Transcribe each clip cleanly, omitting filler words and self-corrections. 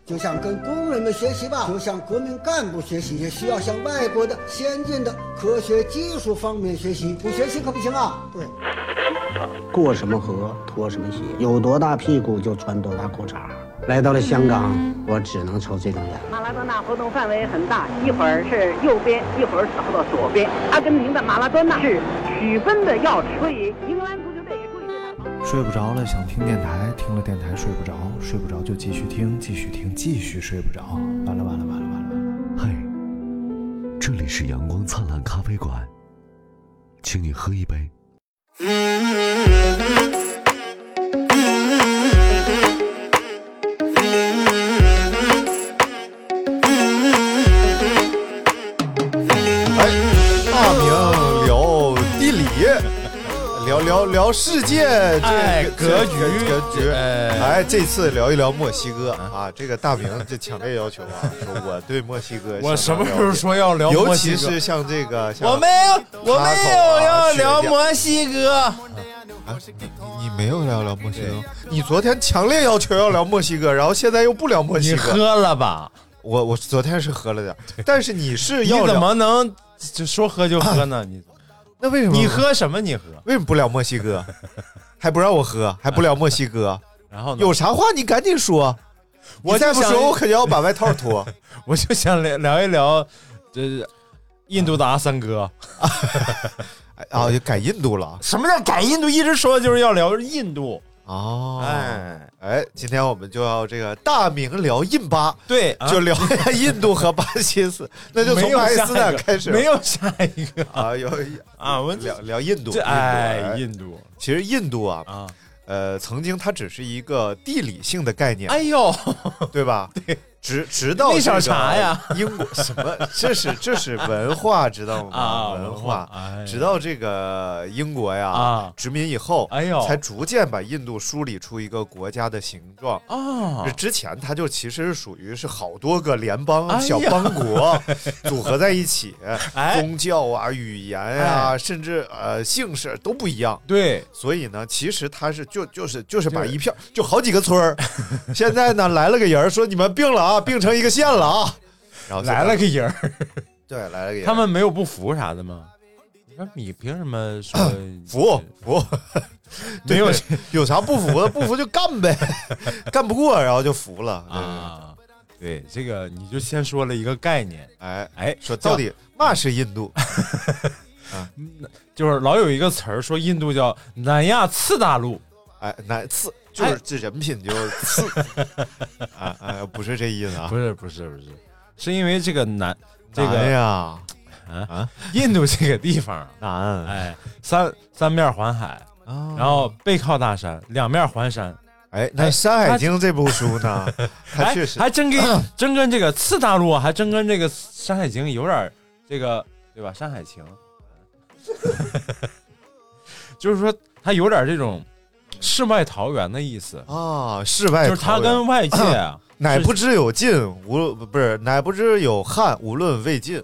就想跟工人们学习吧，就向革命干部学习，也需要向外国的先进的科学技术方面学习，不学习可不行啊！对， 过什么河脱什么鞋，有多大屁股就穿多大裤衩。来到了香港，我只能抽这种烟。 马拉多纳活动范围很大，一会儿是右边，一会儿跑到左边。阿根廷的马拉多纳是取分的钥匙，所以英格兰足球队也注意这场。 睡不着了，想听电台，听了电台睡不着，睡不着就继续听，继续听，继续睡不着。完了完了完了完了！ 嗨，这里是阳光灿烂咖啡馆，请你喝一杯。 聊世界格局，这次聊一聊墨西哥啊，这个大明这强烈要求啊，说我对墨西哥， 我什么时候说要聊墨西哥？ 尤其是像这个， 我没有要聊墨西哥啊，你没有要聊墨西哥，你昨天强烈要求要聊墨西哥，然后现在又不聊墨西哥， 你喝了吧？ 我昨天是喝了点，但是你是要你怎么能就说喝就喝呢？你。 那为什么你喝什么？你喝为什么不聊墨西哥？还不让我喝，还不聊墨西哥？ 然后呢？ 有啥话你赶紧说，我再不说我可就要把外套脱。 我就想聊一聊这印度的阿三哥啊，就改印度了。 什么叫改印度？一直说就是要聊印度。 哦，今天我们就要这个大明聊印巴， 对， 就聊一下印度和巴基斯坦，那就从巴基斯坦开始， 没有下一个啊，有啊，我们聊印度， 印度， 其实印度啊，曾经它只是一个地理性的概念， 哎呦， 对吧？ 对。 直到那啥茶呀？ 英国什么？这是文化，知道吗？啊，文化。直到这个英国呀殖民以后，才逐渐把印度梳理出一个国家的形状啊。之前它就其实是属于是好多个联邦、小邦国组合在一起，宗教啊、语言啊，甚至姓氏都不一样。 对， 所以呢，其实它是就是把一片就好几个村儿，现在呢来了个人说你们病了啊。并成一个县了啊，然后来了个人， 对，来了个人， 他们没有不服啥的吗？你说你凭什么说服？ 没有有啥不服的？不服就干呗，干不过然后就服了啊。对，这个你就先说了一个概念， 说到底嘛是印度啊，就是老有一个词儿说印度叫南亚次大陆， 南次。就是这人品就次不是这意思啊， 不是，是因为这个这个呀印度这个地方南， 三面环海，然后背靠大山，两面环山， 那《山海经》这部书呢，它确实还真跟这个次大陆还真跟这个《山海经》有点这个对吧？《山海情》就是说它有点这种。世外桃源的意思啊，世外桃源就是它跟外界啊， 乃不知有尽，乃不知有汉，无论未尽。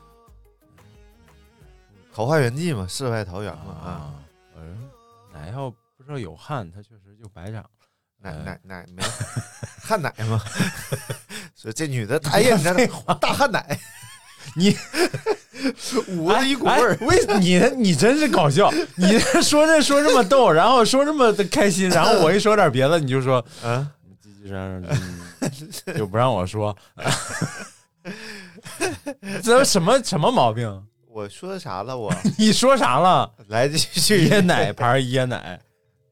桃花源记嘛，世外桃源嘛啊。 奶要不知道有汉，它确实就白长。 奶没汉奶嘛。说这女的，哎呀，大汉奶。你捂了一股味儿， 你真是搞笑！你说这么逗，然后说这么的开心，然后我一说点别的，你就说叽叽喳喳，就不让我说，这什么毛病？ 我说啥了？ 你说啥了？ 来继续椰奶牌椰奶，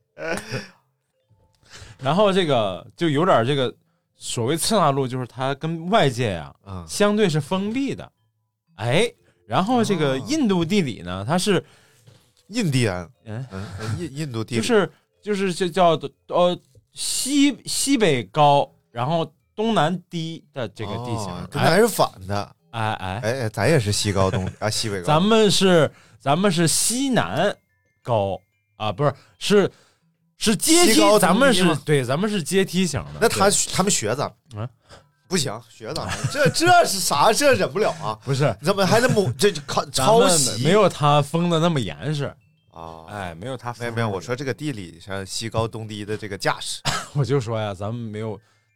然后这个就有点这个所谓次大陆，就是它跟外界呀相对是封闭的。然后这个印度地理呢，它是印第安，印度地理就是叫西北高，然后东南低的这个地形， 跟咱是反的。咱也是西高东西北高， 咱们是西南高啊，不是是阶梯，咱们是阶梯型的。 那他们学咱们不行，学咱们这是啥？这忍不了啊！ 不是， 怎么还得这抄袭？ 没有他封的那么严实啊！ 没有他封没有。我说这个地理上西高东低的这个架势， 我就说呀，咱们没有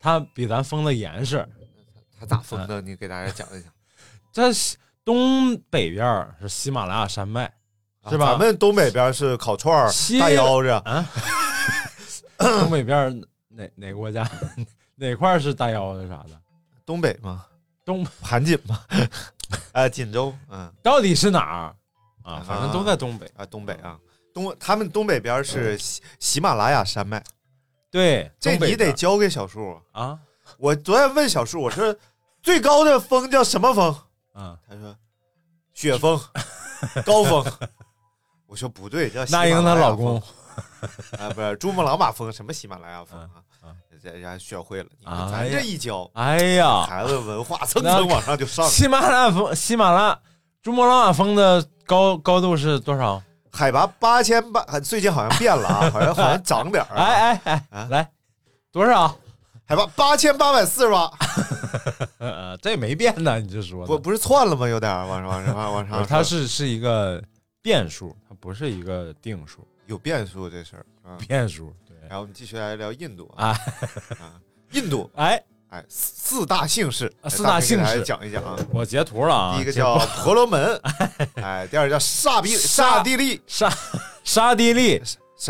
它比咱封的严实。 它咋封的？你给大家讲一讲。 这东北边是喜马拉雅山脉，是吧？ 咱们东北边是烤串大腰子啊。 东北边哪国家哪块是大腰子啥的？ 东北吗？盘锦吗？锦州。 到底是哪儿啊？反正都在东北啊。东北啊，他们东北边是喜马拉雅山脉。 对， 这你得交给小树啊。 我昨天问小树，我说最高的峰叫什么峰？他说雪峰、高峰。我说不对，叫喜马拉雅峰。 那英她老公不是珠穆朗玛峰，什么喜马拉雅峰啊？人家学会了，咱这一教， 哎呀， 孩子文化蹭蹭往上就上。 喜马拉珠穆朗玛峰的高度是多少？ 海拔8800，最近好像变了啊，好像涨点儿。 来多少？ 海拔8848。 这没变呢，你就说不是窜了吗？有点往上。 它是一个变数，它不是一个定数。 有变数这事儿， 变数。对。 然后我们继续来聊印度印度四大姓氏，讲一讲啊。 我截图了啊。 第一个叫婆罗门，第二个叫沙地利， 沙地利，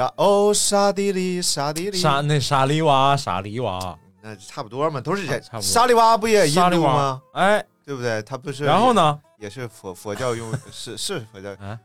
沙利娃， 那差不多嘛，都是这。沙利娃不也印度吗？对不对？他不是。 然后呢？ 也是佛教用，是佛教。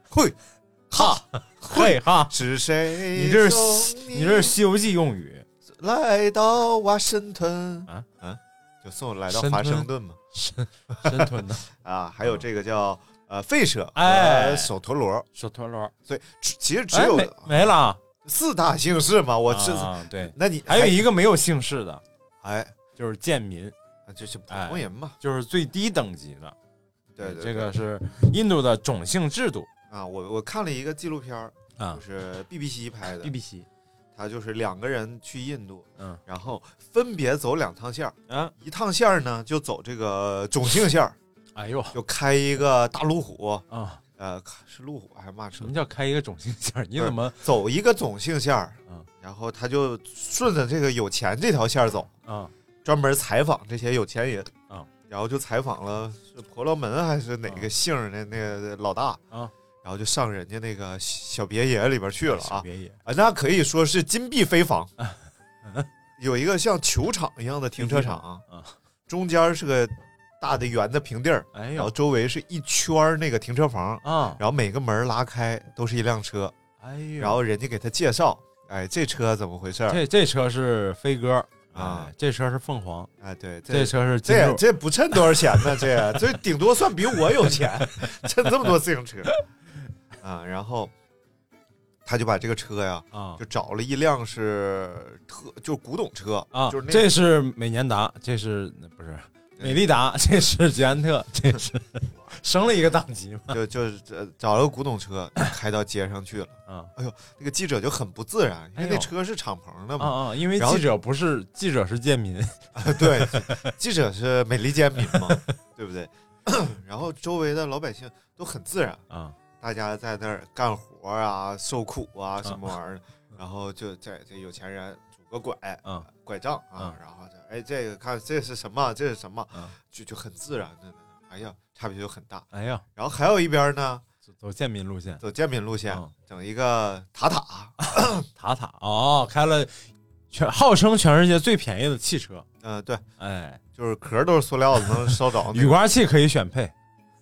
会哈， 是谁？ 你这是《西游记》用语。 来到华盛顿就送来到华盛顿嘛， 深吞的啊。还有这个叫吠舍，首陀罗，所以其实只有没了四大姓氏嘛。我是对， 那你还有一个没有姓氏的，就是贱民， 就是普通人嘛， 就是最低等级的。 对， 这个是印度的种姓制度啊。我看了一个纪录片就是 BBC 拍的 ，BBC。 他就是2个人去印度，然后分别走2趟线一趟线呢就走这个种姓线，就开一个大路虎是路虎还是马车？ 什么叫开一个种姓线？你怎么走一个种姓线然后他就顺着这个有钱这条线走专门采访这些有钱人然后就采访了是婆罗门还是哪个姓的那个老大然后就上人家那个小别野里边去了那可以说是金碧辉煌有一个像球场一样的停车场中间是个大的圆的平地儿然后周围是一圈那个停车房然后每个门拉开都是一辆车然后人家给他介绍这车怎么回事？ 这车是飞鸽这车是凤凰对， 这车是这不趁多少钱呢？这顶多算比我有钱，趁这么多自行车然后他就把这个车呀就找了一辆是就是古董车就是这是美年达，这是不是美利达，这是捷安特，这是升了一个档级嘛？ 就找了个古董车开到街上去了哎呦，那个记者就很不自然，因为那车是敞篷的嘛因为记者是贱民对，记者是美利坚民嘛，对不对？然后周围的老百姓都很自然大家在那儿干活受苦什么玩意儿然后就这有钱人拄个拐杖然后这个看这是什么，这是什么就很自然的差别就很大然后还有一边呢走贱民路线整一个塔开了号称全世界最便宜的汽车对就是壳都是塑料的能烧着雨刮器可以选配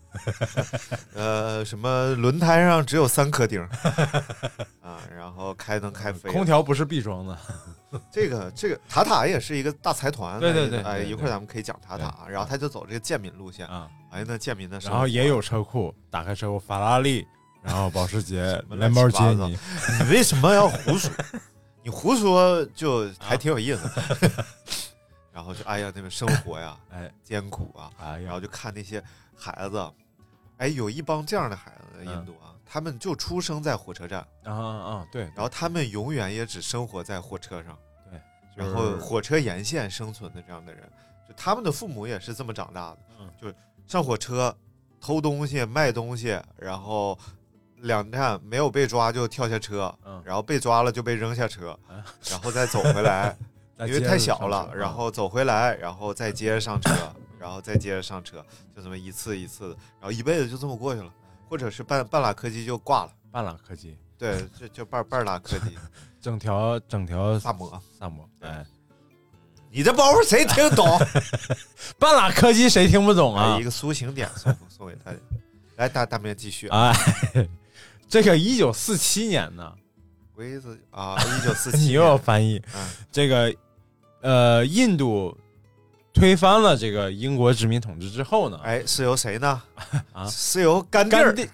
什么轮胎上只有3颗钉然后能开飞， 空调不是必装的。 这个塔也是一个大财团， 对， 一会儿咱们可以讲塔，然后他就走这个贱民路线那贱民的生活， 然后也有车库，打开车库法拉利，然后保时捷、兰博基尼， 你为什么要胡说？你胡说就还挺有意思。然后就那个生活呀，艰苦然后就看那些孩子。有一帮这样的孩子在印度他们就出生在火车站对， 然后他们永远也只生活在火车上， 对， 然后火车沿线生存的这样的人，就他们的父母也是这么长大的，就是上火车偷东西卖东西，然后2站没有被抓就跳下车，然后被抓了就被扔下车，然后再走回来因为太小了，然后走回来，然后再接着上车，然后再接着上车，就这么一次一次的，然后一辈子就这么过去了，或者是半拉客机就挂了， 半拉客机， 对，就半拉客机， 整条萨摩，哎， 你这包袱谁听懂？ 半拉客机谁听不懂啊？ 一个苏醒点送给他，来大明继续。 哎，这个1947年呢， 规则啊，1947， 你又要翻译，这个印度推翻了这个英国殖民统治之后呢， 哎，是由谁呢？啊，是由甘地儿，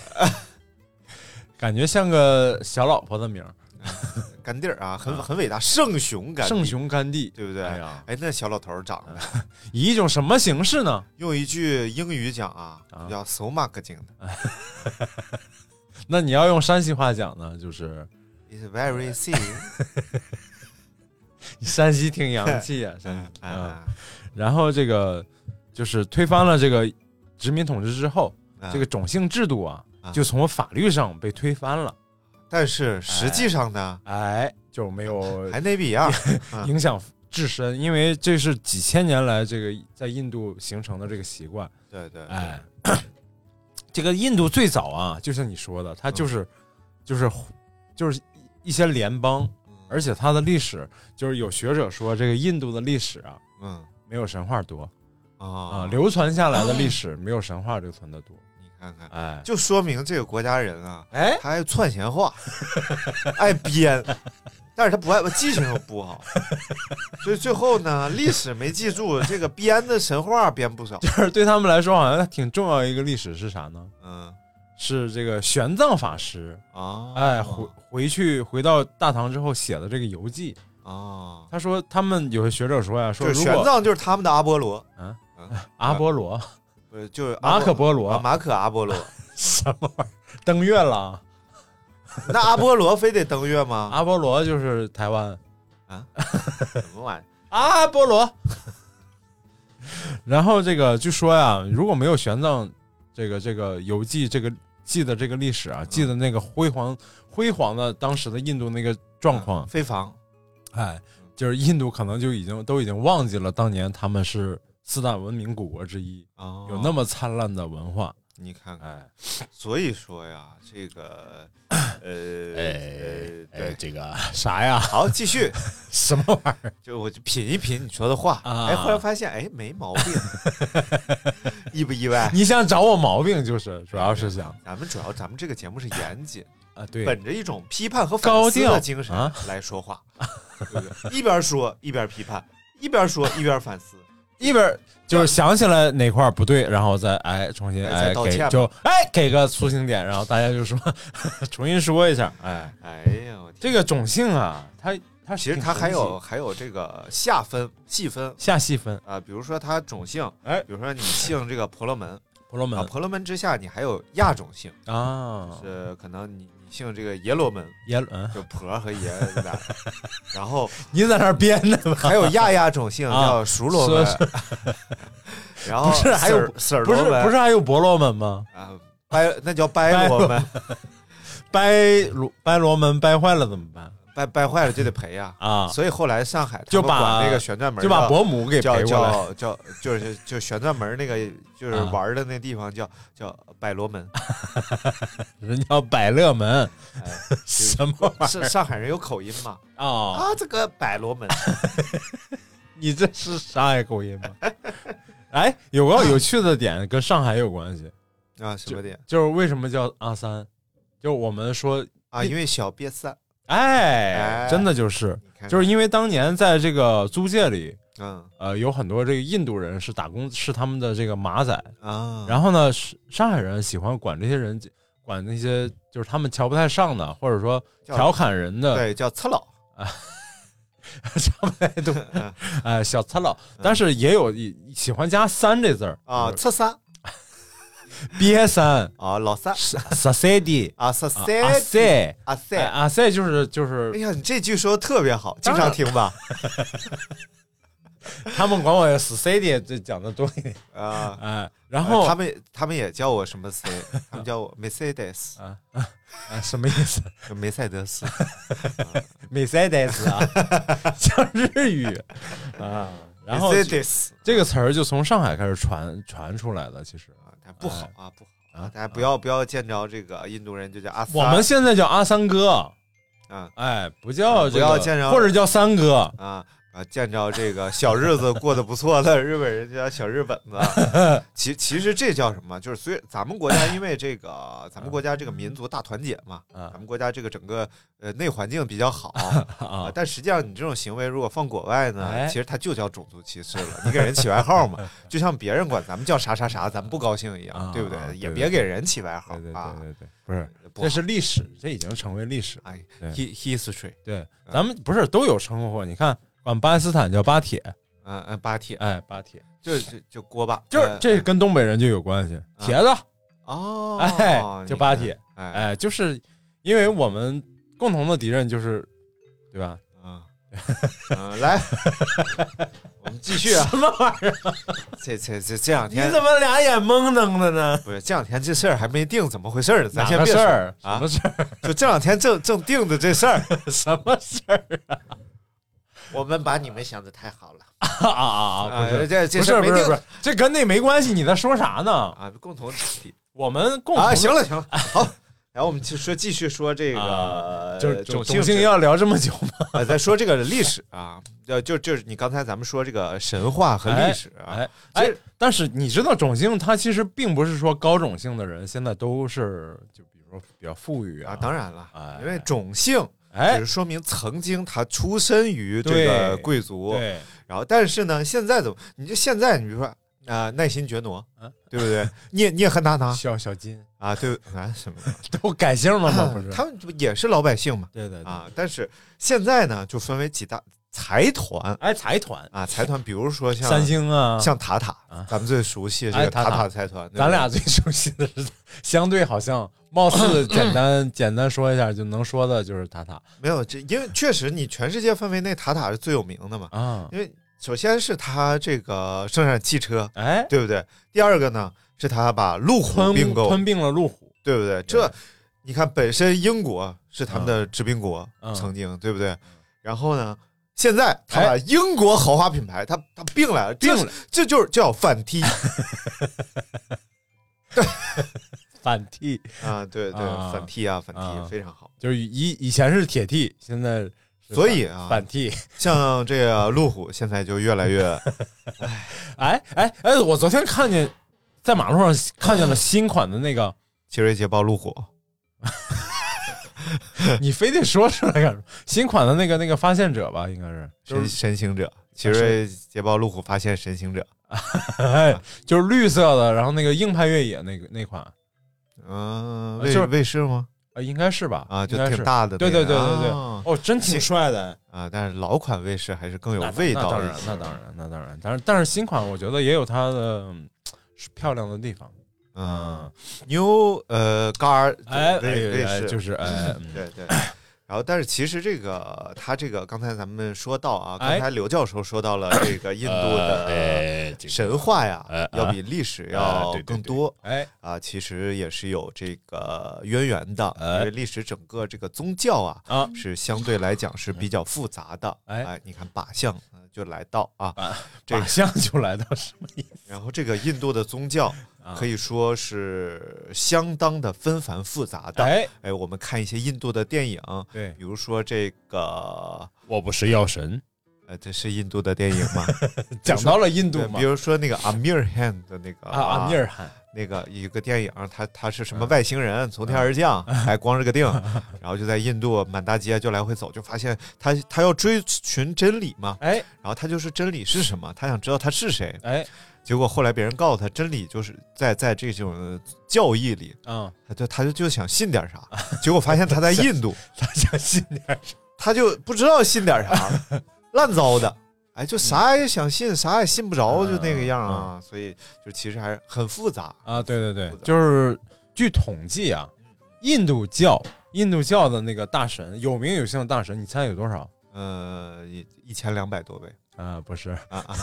感觉像个小老婆的名儿。 甘地儿啊，很伟大，圣雄甘地， 对不对？哎，那小老头长得以一种什么形式呢？ 用一句英语讲啊，叫 so much 精的。 那你要用山西话讲呢，就是 It's very sick。 山西挺洋气啊，山西。然后这个就是推翻了这个殖民统治之后，这个种姓制度啊，就从法律上被推翻了。 但是实际上呢， 就没有还那比样影响至深，因为这是几千年来这个在印度形成的这个习惯。 对， 这个印度最早啊，就像你说的，它就是一些联邦，而且它的历史就是有学者说，这个印度的历史啊，没有神话多流传下来的历史没有神话流传的多。 看看，就说明这个国家人啊，他爱串闲话，爱编，但是他不爱，记性又不好，所以最后呢，历史没记住，这个编的神话编不少。 就是对他们来说，好像挺重要一个历史是啥呢？是这个玄奘法师回到大唐之后写的这个游记他说他们有些学者说呀，说玄奘就是他们的阿波罗， 阿波罗。 就是马可波罗， 马可阿波罗， 什么玩意儿？登月了？ 那阿波罗非得登月吗？ 阿波罗就是台湾啊？什么玩意儿？ 阿波罗。然后这个就说呀，如果没有玄奘这个游记这个记的这个历史啊，记的那个辉煌的当时的印度那个状况， 非常， 就是印度可能都已经忘记了当年他们是4大文明古国之一，有那么灿烂的文化， 你看看，所以说呀，这个，对， 这个啥呀？ 好，继续， 什么玩意儿？ 我就品一品你说的话，忽然发现，没毛病，意不意外？ 你想找我毛病，就是主要是想， 咱们这个节目是严谨对， 本着一种批判和反思的精神来说话，对不对？一边说一边批判，一边说一边反思。 一边就是想起来哪块不对，然后再重新给个苏醒点，然后大家就说重新说一下， 呀， 这个种姓啊，它其实它还有这个细分啊，比如说它种姓，比如说你姓这个婆罗门，婆罗门之下你还有亚种姓是可能你姓这个耶罗门，就婆和爷俩，然后你在那编的吧？ 还有亚种姓叫熟罗门，然后不是还有不是还有婆罗门吗？ 那叫掰罗门， 掰罗门掰坏了怎么办？ 掰坏了就得赔呀所以后来上海就把那个旋转门就把伯母给赔过来， 就旋转门那个就是玩的那地方叫百罗门， 人叫百乐门，什么玩意儿？ 上海人有口音嘛？这个百罗门， 你这是上海口音吗？有个有趣的点跟上海有关系什么点？ 就是为什么叫阿三？就我们说因为小瘪三。 真的就是因为当年在这个租界里，有很多这个印度人是打工，是他们的这个马仔然后呢，上海人喜欢管这些人，管那些就是他们瞧不太上的，或者说调侃人的， 对，叫刺佬差不太多小刺佬，但是也有喜欢加三这字儿刺三。 瘪三老三撒塞的阿塞就是， 哎呀，你这句说的特别好，经常听吧？ 他们管我 Sadie 这讲的多一点啊， 哎，然后他们也叫我什么 C， 他们叫我 Mercedes 啊，什么意思？ 梅赛德斯 ，Mercedes 啊，像日语啊。然后这个词儿就从上海开始传出来的，其实不好啊，不好啊，大家不要见着这个印度人就叫阿三， 我们现在叫阿三哥啊， 哎，不叫这个， 不要见着或者叫三哥啊。见着这个小日子过得不错的日本人叫小日本子，其实这叫什么？就是虽然咱们国家因为这个咱们国家这个民族大团结嘛，咱们国家这个整个内环境比较好但实际上你这种行为如果放国外呢，其实它就叫种族歧视了。你给人起外号嘛，就像别人管咱们叫啥啥啥，咱们不高兴一样，对不对？也别给人起外号啊。 对，不是，这是历史，这已经成为历史。 哎 ，history， 对，咱们不是都有称呼？你看。管巴基斯坦叫巴铁， 巴铁， 哎，巴铁， 就锅巴， 就是这跟东北人就有关系，铁子， 哦， 哎，就巴铁，哎，就是因为我们共同的敌人就是，对吧？ 来，我们继续啊， 什么玩意儿？ 这两天你怎么俩眼蒙瞪的呢？ 不是这两天这事儿还没定，怎么回事呢？咱先别说啊， 什么事儿？就这两天正定的这事儿， 什么事儿啊？ 我们把你们想的太好了不是这事没定， 不是，这跟那没关系。你在说啥呢？ 啊，共同体， 我们共同啊，行了，好，然后我们继续说这个， 就是种姓要聊这么久吗？ 再说这个历史啊，就是你刚才咱们说这个神话和历史啊， 但是你知道种姓它其实并不是说高种姓的人现在都是就比如说比较富裕啊， 当然了，因为种姓。就是说明曾经他出身于这个贵族， 对。 然后，但是呢，现在你比如说耐心觉罗，对不对？聂恨达拿、 小金啊，对什么都改姓了吗？不是， 他们也是老百姓嘛， 对但是现在呢，就分为几大财团， 财团啊，财团，比如说像三星啊， 像塔塔，咱们最熟悉的这个塔塔财团， 咱俩最熟悉的是相对好像。貌似简单说一下就能说的就是塔塔， 没有因为确实你全世界范围内塔塔是最有名的嘛因为首先是他这个生产汽车，对不对？第二个呢是他把路虎并购， 吞并了路虎， 对不对？这你看本身英国是他们的殖民国，曾经对不对？然后呢，现在他把英国豪华品牌他并来了，这就是叫反踢。 反踢啊，对，反踢啊，反踢非常好。 就是以前是铁踢，现在所以啊， 反踢。 像这个路虎现在就越来越， 哎，我昨天在马路上看见了新款的那个奇瑞捷豹路虎。 你非得说出来干什么？新款的那个发现者吧，应该是神行者，奇瑞捷豹路虎发现神行者， 就是绿色的，然后那个硬派越野那款。 就是卫士吗？ 应该是吧？ 啊，就挺大的。 对，哦，真挺帅的啊！但是老款卫士还是更有味道。 那当然，但是新款我觉得也有它的漂亮的地方。 New 卫士就是对。然后，但是其实他这个刚才咱们说到啊，刚才刘教授说到了这个印度的神话呀，要比历史要更多。其实也是有这个渊源的，因为历史整个这个宗教啊，是相对来讲是比较复杂的。你看靶向就来到啊， 靶向就来到什么意思？ 然后这个印度的宗教。可以说是相当的纷繁复杂的。我们看一些印度的电影， 对， 比如说这个我不是药神， 这是印度的电影吗？ 讲到了印度嘛， 比如说那个阿米尔汗的那个阿米尔汗那个一个电影，他是什么外星人从天而降，光着个腚，然后就在印度满大街就来回走，就发现他要追寻真理嘛，然后他就是真理是什么，他想知道他是谁，结果后来别人告诉他，真理就是在这种教义里，他就想信点啥，结果发现他在印度， 他想信点啥， 他就不知道信点啥，烂糟的，就啥也想信，啥也信不着，就那个样啊，所以就其实还是很复杂啊。对，就是据统计啊，印度教的那个大神，有名有姓的大神，你猜有多少？ 1200多位不是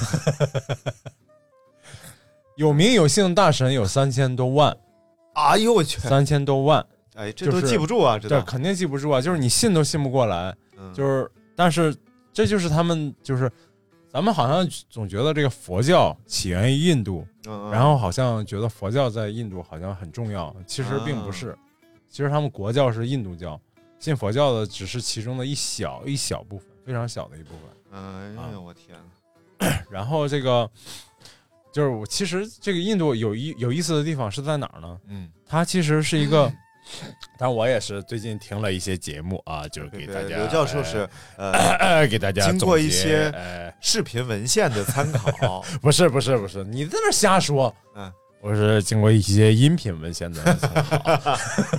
有名有姓大神有3000多万。 哎呦我去 ，3000多万， 哎，这都记不住啊， 这肯定记不住啊，就是你信都信不过来，就是但是这就是他们就是咱们好像总觉得这个佛教起源于印度，然后好像觉得佛教在印度好像很重要，其实并不是，其实他们国教是印度教，信佛教的只是其中的一小部分，非常小的一部分。 哎呀，我天！ 然后这个就是其实这个印度有意思的地方是在哪儿呢？它其实是一个。但我也是最近听了一些节目啊，就是给大家刘教授是给大家经过一些视频文献的参考， 不是，你在那瞎说，我是经过一些音频文献的参考，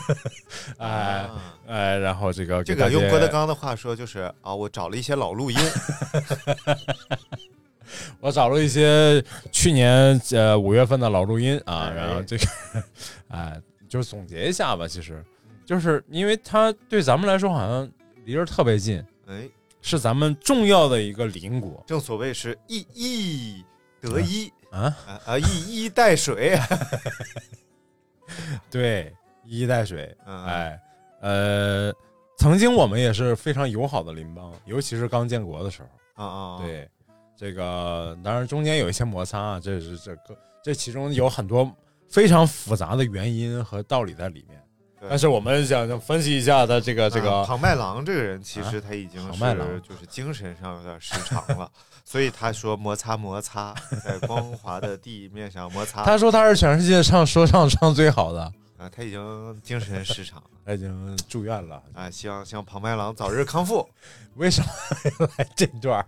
然后这个用郭德纲的话说就是啊，我找了一些老录音， 我找了一些去年5月份的老录音啊，然后这个就是总结一下吧，其实就是因为它对咱们来说好像离着特别近，是咱们重要的一个邻国， 正所谓是一得一一带水， 对，一带水，曾经我们也是非常友好的邻邦，尤其是刚建国的时候对，这个当然中间有一些摩擦啊，这其中有很多非常复杂的原因和道理在里面，但是我们想分析一下他这个庞麦郎这个人，其实他已经是就是精神上有点失常了，所以他说摩擦在光滑的地面上摩擦。 他说他是全世界说唱最好的他已经精神失常了， 他已经住院了希望庞麦郎早日康复。 为什么要来这段？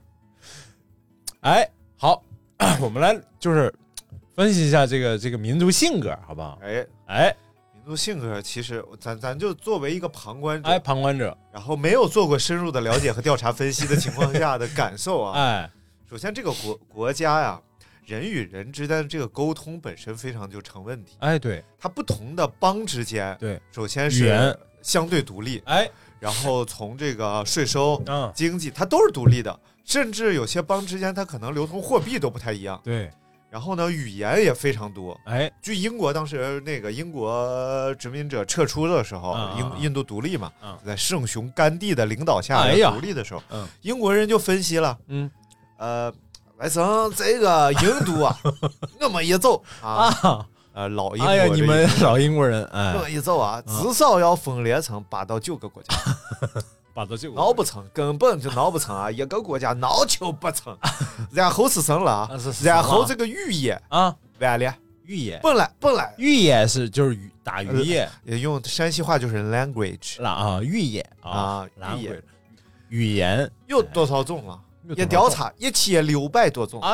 好，我们来就是分析一下这个民族性格，好不好？ 民族性格其实咱就作为一个旁观者，然后没有做过深入的了解和调查分析的情况下的感受啊。首先这个国家呀，人与人之间的这个沟通本身非常就成问题。 对， 它不同的邦之间， 对， 首先是相对独立，然后从这个税收、经济，它都是独立的，甚至有些邦之间它可能流通货币都不太一样。 对。 然后呢，语言也非常多。据英国当时那个英国殖民者撤出的时候，印度独立嘛，在圣雄甘地的领导下独立的时候，英国人就分析了，外甥这个印度啊，我们一走老英国， 你们老英国人， 我们一走啊，至少要分裂成8到9个国家。闹不成，根本就闹不成啊！一个国家闹就不成，然后是什么了？然后这个语言完了， 语言本来语言是就是打渔业， 用山西话就是 language 语言语言有多少种了？一调查1600多种。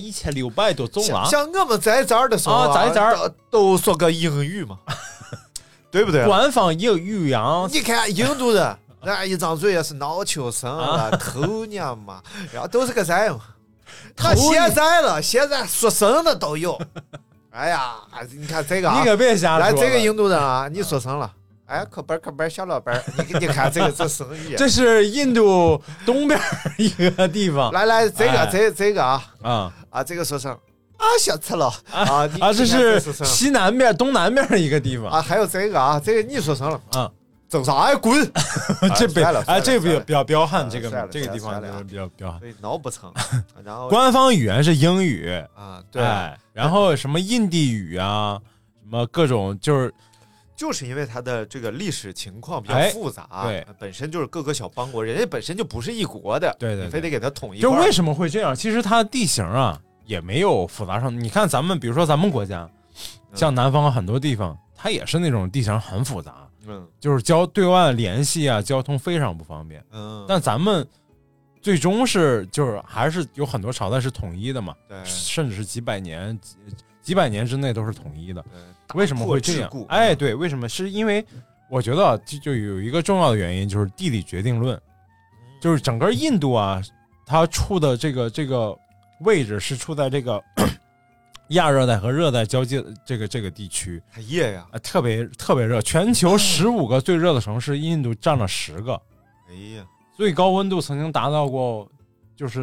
1600多种了。 像我们在这儿的时候在这儿都说个英语嘛，对不对？ 官方也有语言。 你看印度人。那一张嘴也是脑球生头娘嘛，然后都是个崽嘛。他现在说生的都有。哎呀，你看这个你可别瞎说。 来，这个印度人啊，你说生了。课本小老板，你看这生语。 这是印度东边一个地方。 来，这个这个说生小吃了这是西南边东南边一个地方还有这个你说生了整啥滚！ 这比较彪悍，这个地方就是比较彪悍， 所以闹不成。然后官方语言是英语对， 然后什么印地语啊，什么各种就是因为它的这个历史情况比较复杂， 对， 本身就是各个小邦国，人家本身就不是一国的， 对， 你非得给它统一。 就为什么会这样？其实它地形也没有复杂上。你看咱们，比如说咱们国家，像南方很多地方，它也是那种地形很复杂。就是对外联系交通非常不方便。但咱们最终就是还是有很多朝代是统一的嘛， 对， 甚至是几百年之内都是统一的。为什么会这样？对，为什么？是因为我觉得就有一个重要的原因，就是地理决定论，就是整个印度它处的这个位置是处在这个。亚热带和热带交界的这个地区， 太热呀， 特别热。全球15个最热的城市，印度占了10个。 哎呀， 最高温度曾经达到过，就是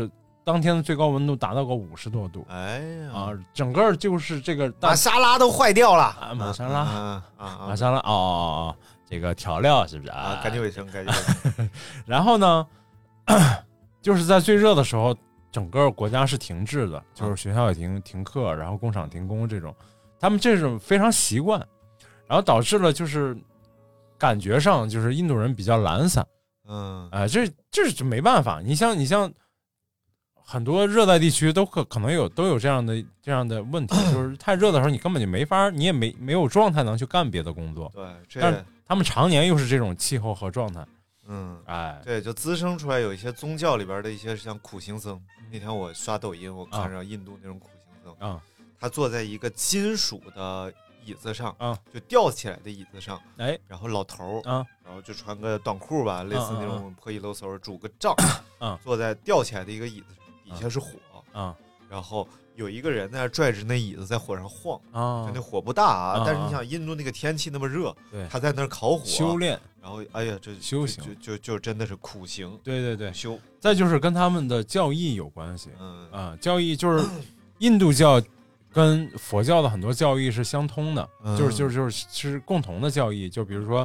当天的最高温度达到过50多度。 哎呀啊， 整个就是这个玛莎拉都坏掉了啊！玛莎拉玛莎拉哦，这个调料是不是啊？ 干净卫生。 然后呢，就是在最热的时候，整个国家是停滞的，就是学校也停课，然后工厂停工这种，他们这种非常习惯，然后导致了就是感觉上就是印度人比较懒散。这是没办法。你像很多热带地区都可能都有这样的问题，就是太热的时候你根本就没法，你也没有状态能去干别的工作。 对， 但是他们常年又是这种气候和状态。 对，就滋生出来有一些宗教里边的一些像苦行僧。那天我刷抖音，我看上印度那种苦行僧，他坐在一个金属的椅子上，就吊起来的椅子上，然后老头然后就穿个短裤吧，类似那种破衣漏嗖，拄个杖，坐在吊起来的一个椅子上，底下是火，然后有一个人在那拽着那椅子在火上晃，那火不大啊，但是你想印度那个天气那么热，他在那儿烤火修炼， 然后哎呀，这修行就真的是苦行， 对修。 再就是跟他们的教义有关系，教义就是印度教跟佛教的很多教义是相通的，就是共同的教义，就比如说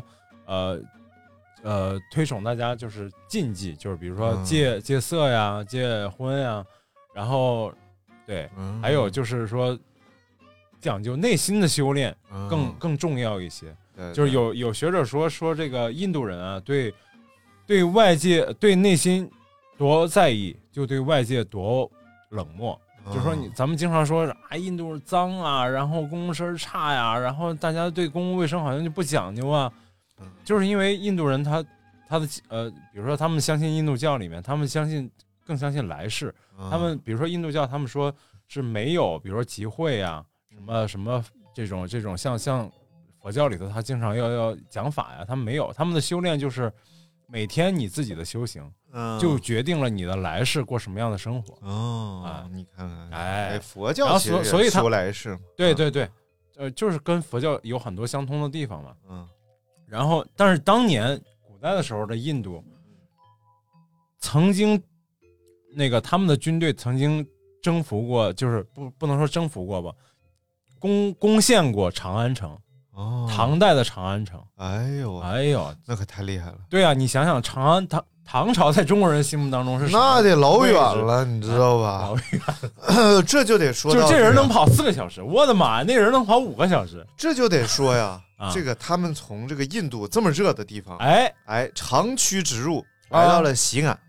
推崇大家就是禁忌，就是比如说戒色呀、戒婚呀，然后对，还有就是说讲究内心的修炼更重要一些。就是有学者说这个印度人啊，对外界对内心多在意，就对外界多冷漠。就是说咱们经常说印度脏啊，然后公共设施差呀，然后大家对公共卫生好像就不讲究啊，就是因为印度人他的比如说他们相信印度教里面，他们更相信来世，他们比如说印度教他们说是没有比如说集会啊什么这种像佛教里头他经常要讲法呀，他们没有，他们的修炼就是每天你自己的修行就决定了你的来世过什么样的生活。 你看看，佛教其实所以修来世， 对，就是跟佛教有很多相通的地方嘛。然后但是当年古代的时候的印度曾经他们的军队曾经征服过，就是不能说征服过吧，攻陷过长安城。唐代的长安城。哎呦， 那可太厉害了。 对啊，你想想长安唐朝在中国人心目当中是那得老远了，你知道吧？ 老远， 这就得说到就这人能跑4个小时，我的妈呀，那人能跑5个小时， 这就得说呀，这个他们从这个印度这么热的地方，长驱直入，来到了西安。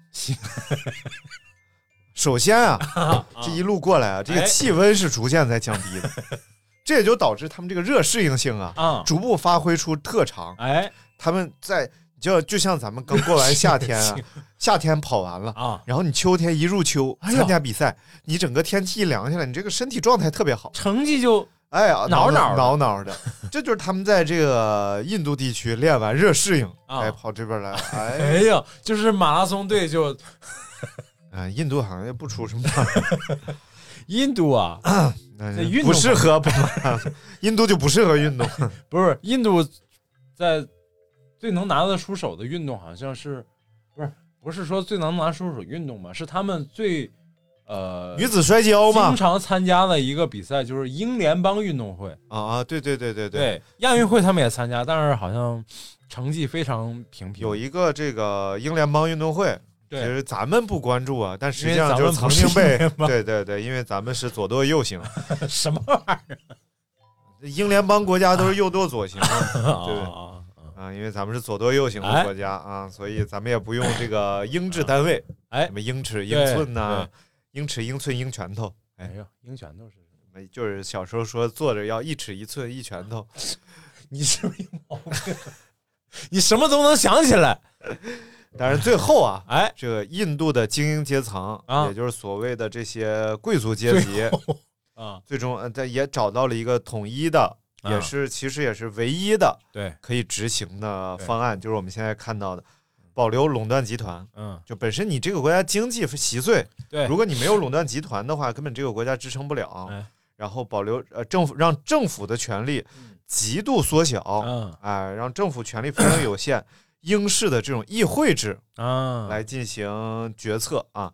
首先这一路过来这个气温是逐渐在降低的。这也就导致他们这个热适应性逐步发挥出特长。他们在就像咱们刚过完夏天夏天跑完了然后你秋天一入秋参加比赛，你整个天气一凉下来，你这个身体状态特别好， 成绩就挠的。这就是他们在这个印度地区练完热适应，跑这边来。 就是马拉松队就印度好像也不出什么印度不适合印度就不适合运动。 不是印度在最能拿得出手的运动好像是不是说最能拿出手运动吧，是他们最女子摔跤嘛， 经常参加的一个比赛就是英联邦运动会对， 亚运会他们也参加，但是好像成绩非常平平。 有一个这个英联邦运动会，其实咱们不关注啊，但实际上就曾经被对，因为咱们是左舵右行。 什么玩意儿？ 英联邦国家都是右舵左行，对因为咱们是左舵右行的国家所以咱们也不用这个英制单位，什么英尺英寸呐，英尺英寸英拳头。 英拳头是什么？ 就是小时候说坐着要1尺1寸1拳头。 你是不是有毛病？你什么都能想起来。 但是最后这个印度的精英阶层也就是所谓的这些贵族阶级最终也找到了一个统一的其实也是唯一的可以执行的方案，就是我们现在看到的保留垄断集团。就本身你这个国家经济稀碎，如果你没有垄断集团的话，根本这个国家支撑不了。然后保留让政府的权力极度缩小，让政府权力非常有限。英式的这种议会制来进行决策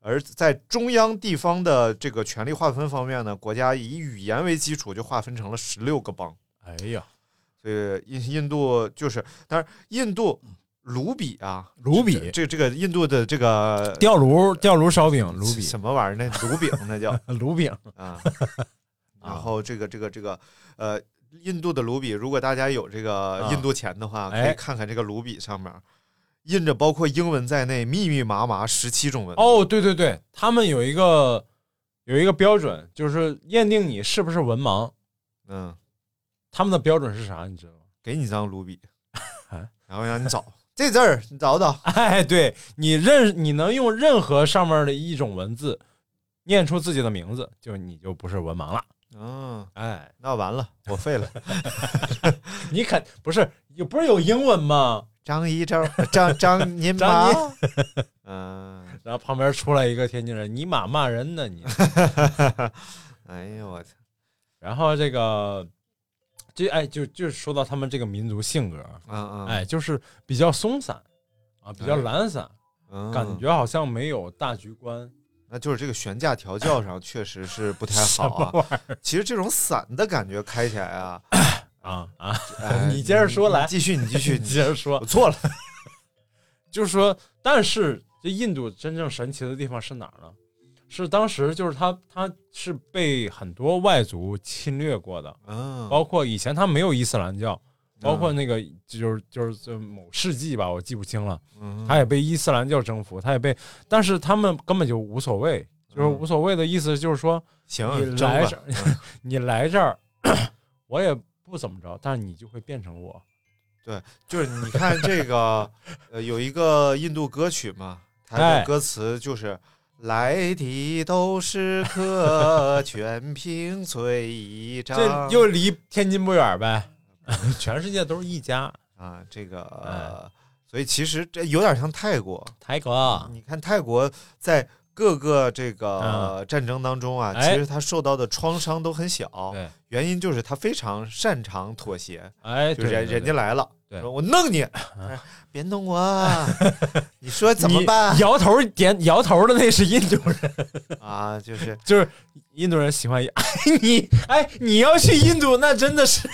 而在中央地方的这个权力划分方面呢，国家以语言为基础就划分成了16个邦。 哎呀， 所以印度就是，当然印度卢比啊， 卢比这个印度的这个吊炉烧饼，卢比什么玩意儿？那卢饼那叫卢饼啊。然后这个印度的卢比，如果大家有这个印度钱的话，可以看看这个卢比上面印着包括英文在内密密麻麻17种文字。 哦，对对对，他们有一个标准，就是验定你是不是文盲。他们的标准是啥？你知道吗？ 给你一张卢比，然后让你找这字儿，你找找。 哎，对，你能用任何上面的一种文字念出自己的名字，你就不是文盲了。 哎，那完了，我废了。 你不是有英文吗？ 张一周，张您妈。 然后旁边出来一个天津人，你妈骂人呢你。 哎呦我操！ 然后这个，就说到他们这个民族性格，就是比较松散啊，比较懒散，感觉好像没有大局观。 那就是这个悬架调教上确实是不太好啊。其实这种散的感觉开起来你接着说来， 你继续，你接着说， 我错了。 就是说，但是这印度真正神奇的地方是哪儿呢？是当时就是他是被很多外族侵略过的，包括以前他没有伊斯兰教，包括那个就是某世纪吧，我记不清了，他也被伊斯兰教征服，但是他们根本就无所谓，就是无所谓的意思就是说， 行， 你来这儿，我也不怎么着，但是你就会变成我。 对，就是你看这个有一个印度歌曲嘛，它的歌词就是来的都是客，全凭嘴一张。 这又离天津不远呗，全世界都是一家啊。这个所以其实这有点像泰国。 你看泰国在各个这个战争当中啊，其实他受到的创伤都很小，原因就是他非常擅长妥协。就人家来了，说我弄你，别弄我，你说怎么办？ 摇头的那是印度人啊，就是印度人喜欢你要去印度，那真的是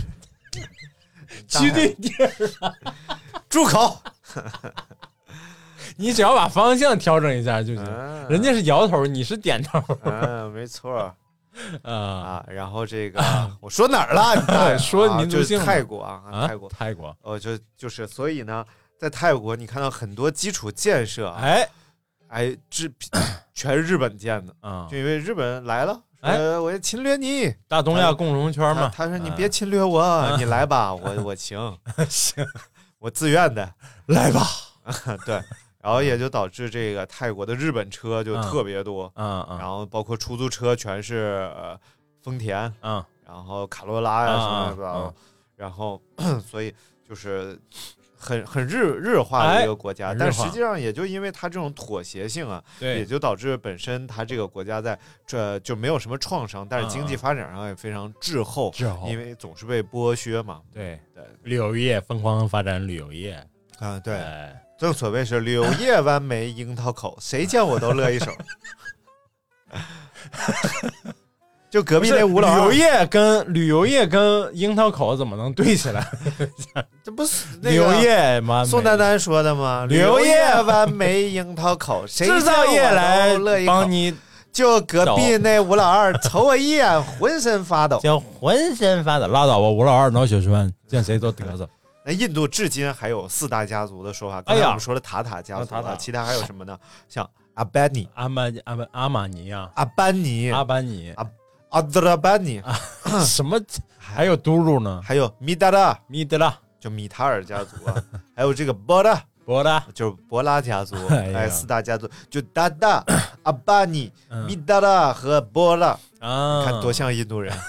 去对地儿了， 住口。 你只要把方向调整一下就行，人家是摇头，你是点头。 没错。然后这个我说哪儿了？ 说民族性， 就是泰国泰国。 就是所以呢，在泰国你看到很多基础建设，全是日本建的，就因为日本来了，我要侵略你， 大东亚共荣圈嘛。 他说你别侵略我，你来吧，我行，我自愿的， 来吧。 对。然后也就导致这个泰国的日本车就特别多，然后包括出租车全是丰田，然后卡罗拉呀什么的，然后所以就是很日化的一个国家，但实际上也就因为它这种妥协性啊，也就导致本身它这个国家在这就没有什么创伤，但是经济发展上也非常滞后，因为总是被剥削嘛。 对，旅游业疯狂发展旅游业啊，对。正所谓是柳叶弯眉樱桃口，谁见我都乐一手。就隔壁那吴老二， 旅游业跟樱桃口怎么能对起来？ 这不是旅游业吗？ 宋丹丹说的吗？柳叶弯眉樱桃口，谁制造业来帮你。 就隔壁那吴老二瞅我一眼，浑身发抖， 拉倒吧，吴老二脑血栓，见谁都嘚瑟。 那印度至今还有4大家族的说法，刚才我们说了塔塔家族，其他还有什么呢？像阿班尼、 阿玛尼啊、 阿班尼、阿德拉班尼， 什么？还有嘟噜呢？ 还有米达拉，就米塔尔家族啊，还有这个波拉，就是博拉家族。4大家族就达达、阿巴尼、米达拉和波拉啊，看多像印度人。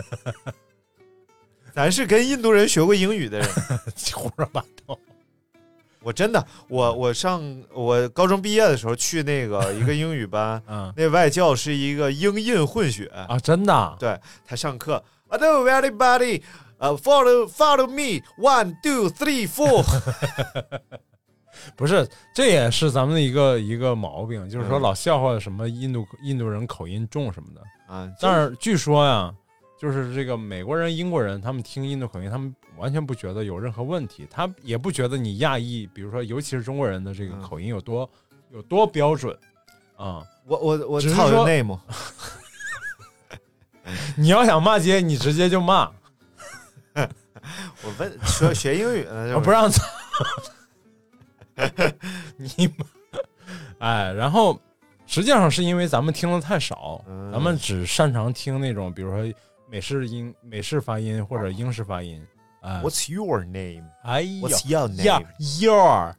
咱是跟印度人学过英语的人， 胡说八道。 我真的，我高中毕业的时候去那个一个英语班，那外教是一个英印混血啊，真的。 对，他上课 ，Hello everybody，follow me，1 2 3 4。 不是，这也是咱们的一个毛病，就是说老笑话什么印度人口音重什么的啊。但是据说呀，就是这个美国人、英国人，他们听印度口音，他们完全不觉得有任何问题，他也不觉得你亚裔，比如说尤其是中国人的这个口音有多标准啊。 我操个内幕。 你要想骂街，你直接就骂。 我问说学英语呢， 不让操。你哎，然后实际上是因为咱们听的太少，咱们只擅长听那种比如说美式发音或者英式发音。 What's your name？ 哎呦 ，What's your name？ Your，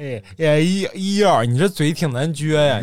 your， 你这嘴挺难撅呀。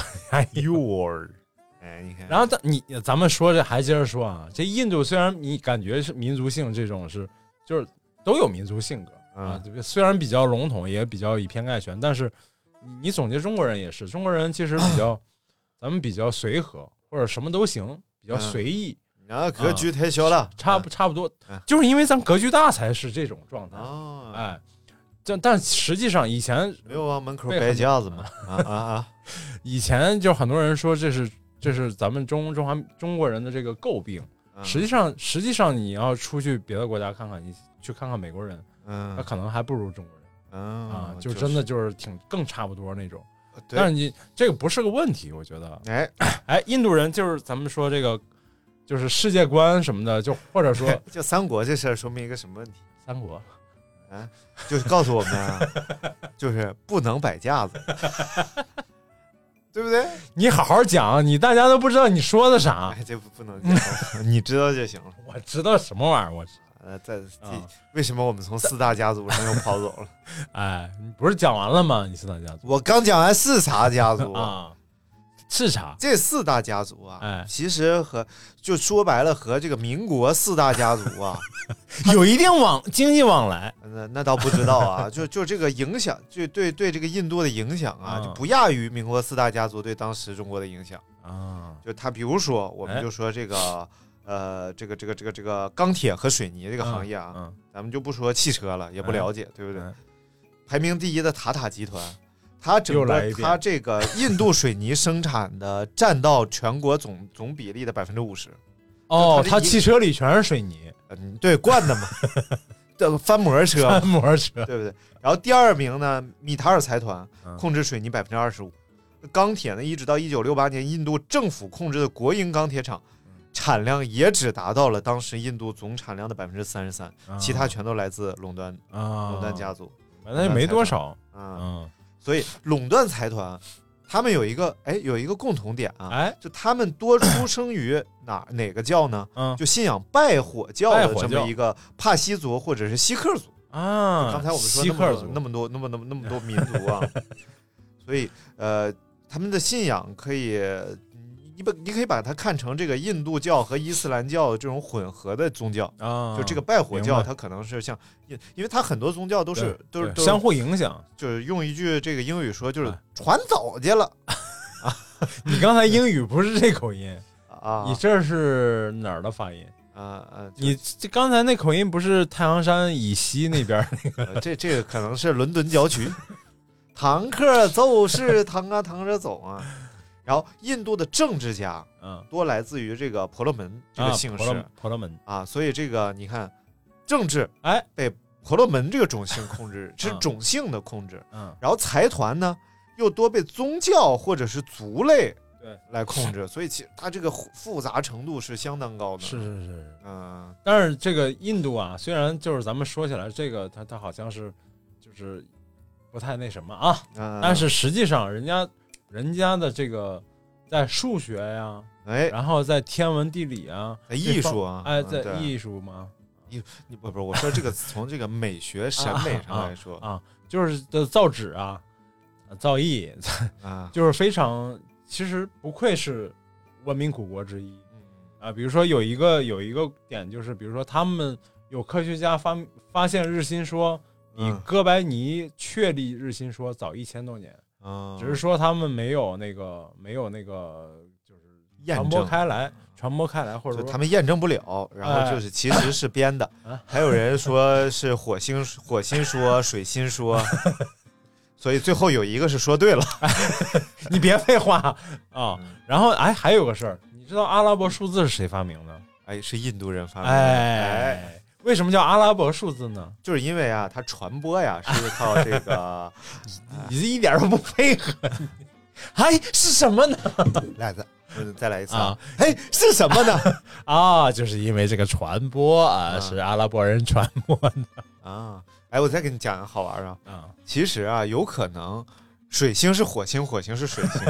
Your， 哎，你看。 然后咱们说这还接着说啊，这印度虽然你感觉是民族性这种就是都有民族性格。啊，虽然比较笼统，也比较以偏概全，但是你总结中国人也是，中国人其实咱们比较随和，或者什么都行，比较随意。 格局太小了， 差不多，就是因为咱格局大才是这种状态。哎，但实际上以前没有往门口摆架子嘛。 以前就很多人说这是咱们中国人的这个诟病。实际上你要出去别的国家看看，你去看看美国人。他可能还不如中国人就真的就是更差不多那种。但是你这个不是个问题，我觉得。哎，印度人就是咱们说这个，就是世界观什么的，就或者说就三国这事儿说明一个什么问题？ 三国就是告诉我们就是不能摆架子，对不对？ 你好好讲，大家都不知道你说的啥。 这不能讲，你知道就行了。 我知道什么玩意儿，我。 为什么我们从四大家族上又跑走了？ 哎，你不是讲完了吗？你四大家族， 我刚讲完是啥家族啊？是啥？ 这四大家族啊，其实就说白了和这个民国四大家族啊有一定经济往来。 那倒不知道啊，就这个影响，就对这个印度的影响啊，就不亚于民国四大家族对当时中国的影响啊。就他比如说，我们就说这个。这个钢铁和水泥这个行业啊，咱们就不说汽车了，也不了解，对不对？排名第一的塔塔集团，它这个印度水泥生产的占到全国总比例的50%。 哦，它汽车里全是水泥， 对，灌的嘛，翻模车，对不对？然后第二名呢，米塔尔财团控制水泥25%，钢铁呢，一直到1968年，印度政府控制的国营钢铁厂。产量也只达到了当时印度总产量的33%，其他全都来自垄断家族， 那也没多少所以垄断财团他们有一个共同点啊，就他们多出生于哪个教呢？就信仰拜火教的这么一个帕西族或者是锡克族啊。刚才我们说那么多民族啊，所以他们的信仰可以。你可以把它看成这个印度教和伊斯兰教的这种混合的宗教就这个拜火教，它可能是像，因为它很多宗教都是相互影响， 就是用一句这个英语说，就是传走去了你刚才英语不是这口音啊？你这是哪儿的发音你刚才那口音不是太阳山以西那边那个？ 这个可能是伦敦郊区，堂客走是堂着走啊。然后印度的政治家多来自于这个婆罗门这个姓氏， 婆罗门啊，所以这个你看政治被婆罗门这个种姓控制，是种姓的控制，然后财团呢又多被宗教或者是族类来控制，所以其实它这个复杂程度是相当高的。 是但是这个印度啊，虽然就是咱们说起来这个它好像是就是不太那什么啊，但是实际上人家的这个在数学呀，然后在天文地理啊， 在艺术啊， 在艺术吗？ 你不是我说这个从这个美学审美上来说就是的造纸啊，造诣就是非常，其实不愧是文明古国之一比如说有一个点就是，比如说他们有科学家发现日心说，比哥白尼确立日心说早1000多年。只是说他们没有那个就是传播开来，或者说他们验证不了，然后就是其实是编的。还有人说是火星说、水心说， 所以最后有一个是说对了。 你别废话啊！然后还有个事儿，你知道阿拉伯数字是谁发明的？ 是印度人发明的。 为什么叫阿拉伯数字呢？ 就是因为它传播呀是靠这个。 你一点都不配合。是什么呢？ 再来一次啊！是什么呢？ 就是因为这个传播是阿拉伯人传播的啊。我再给你讲个好玩的其实有可能水星是火星，火星是水星。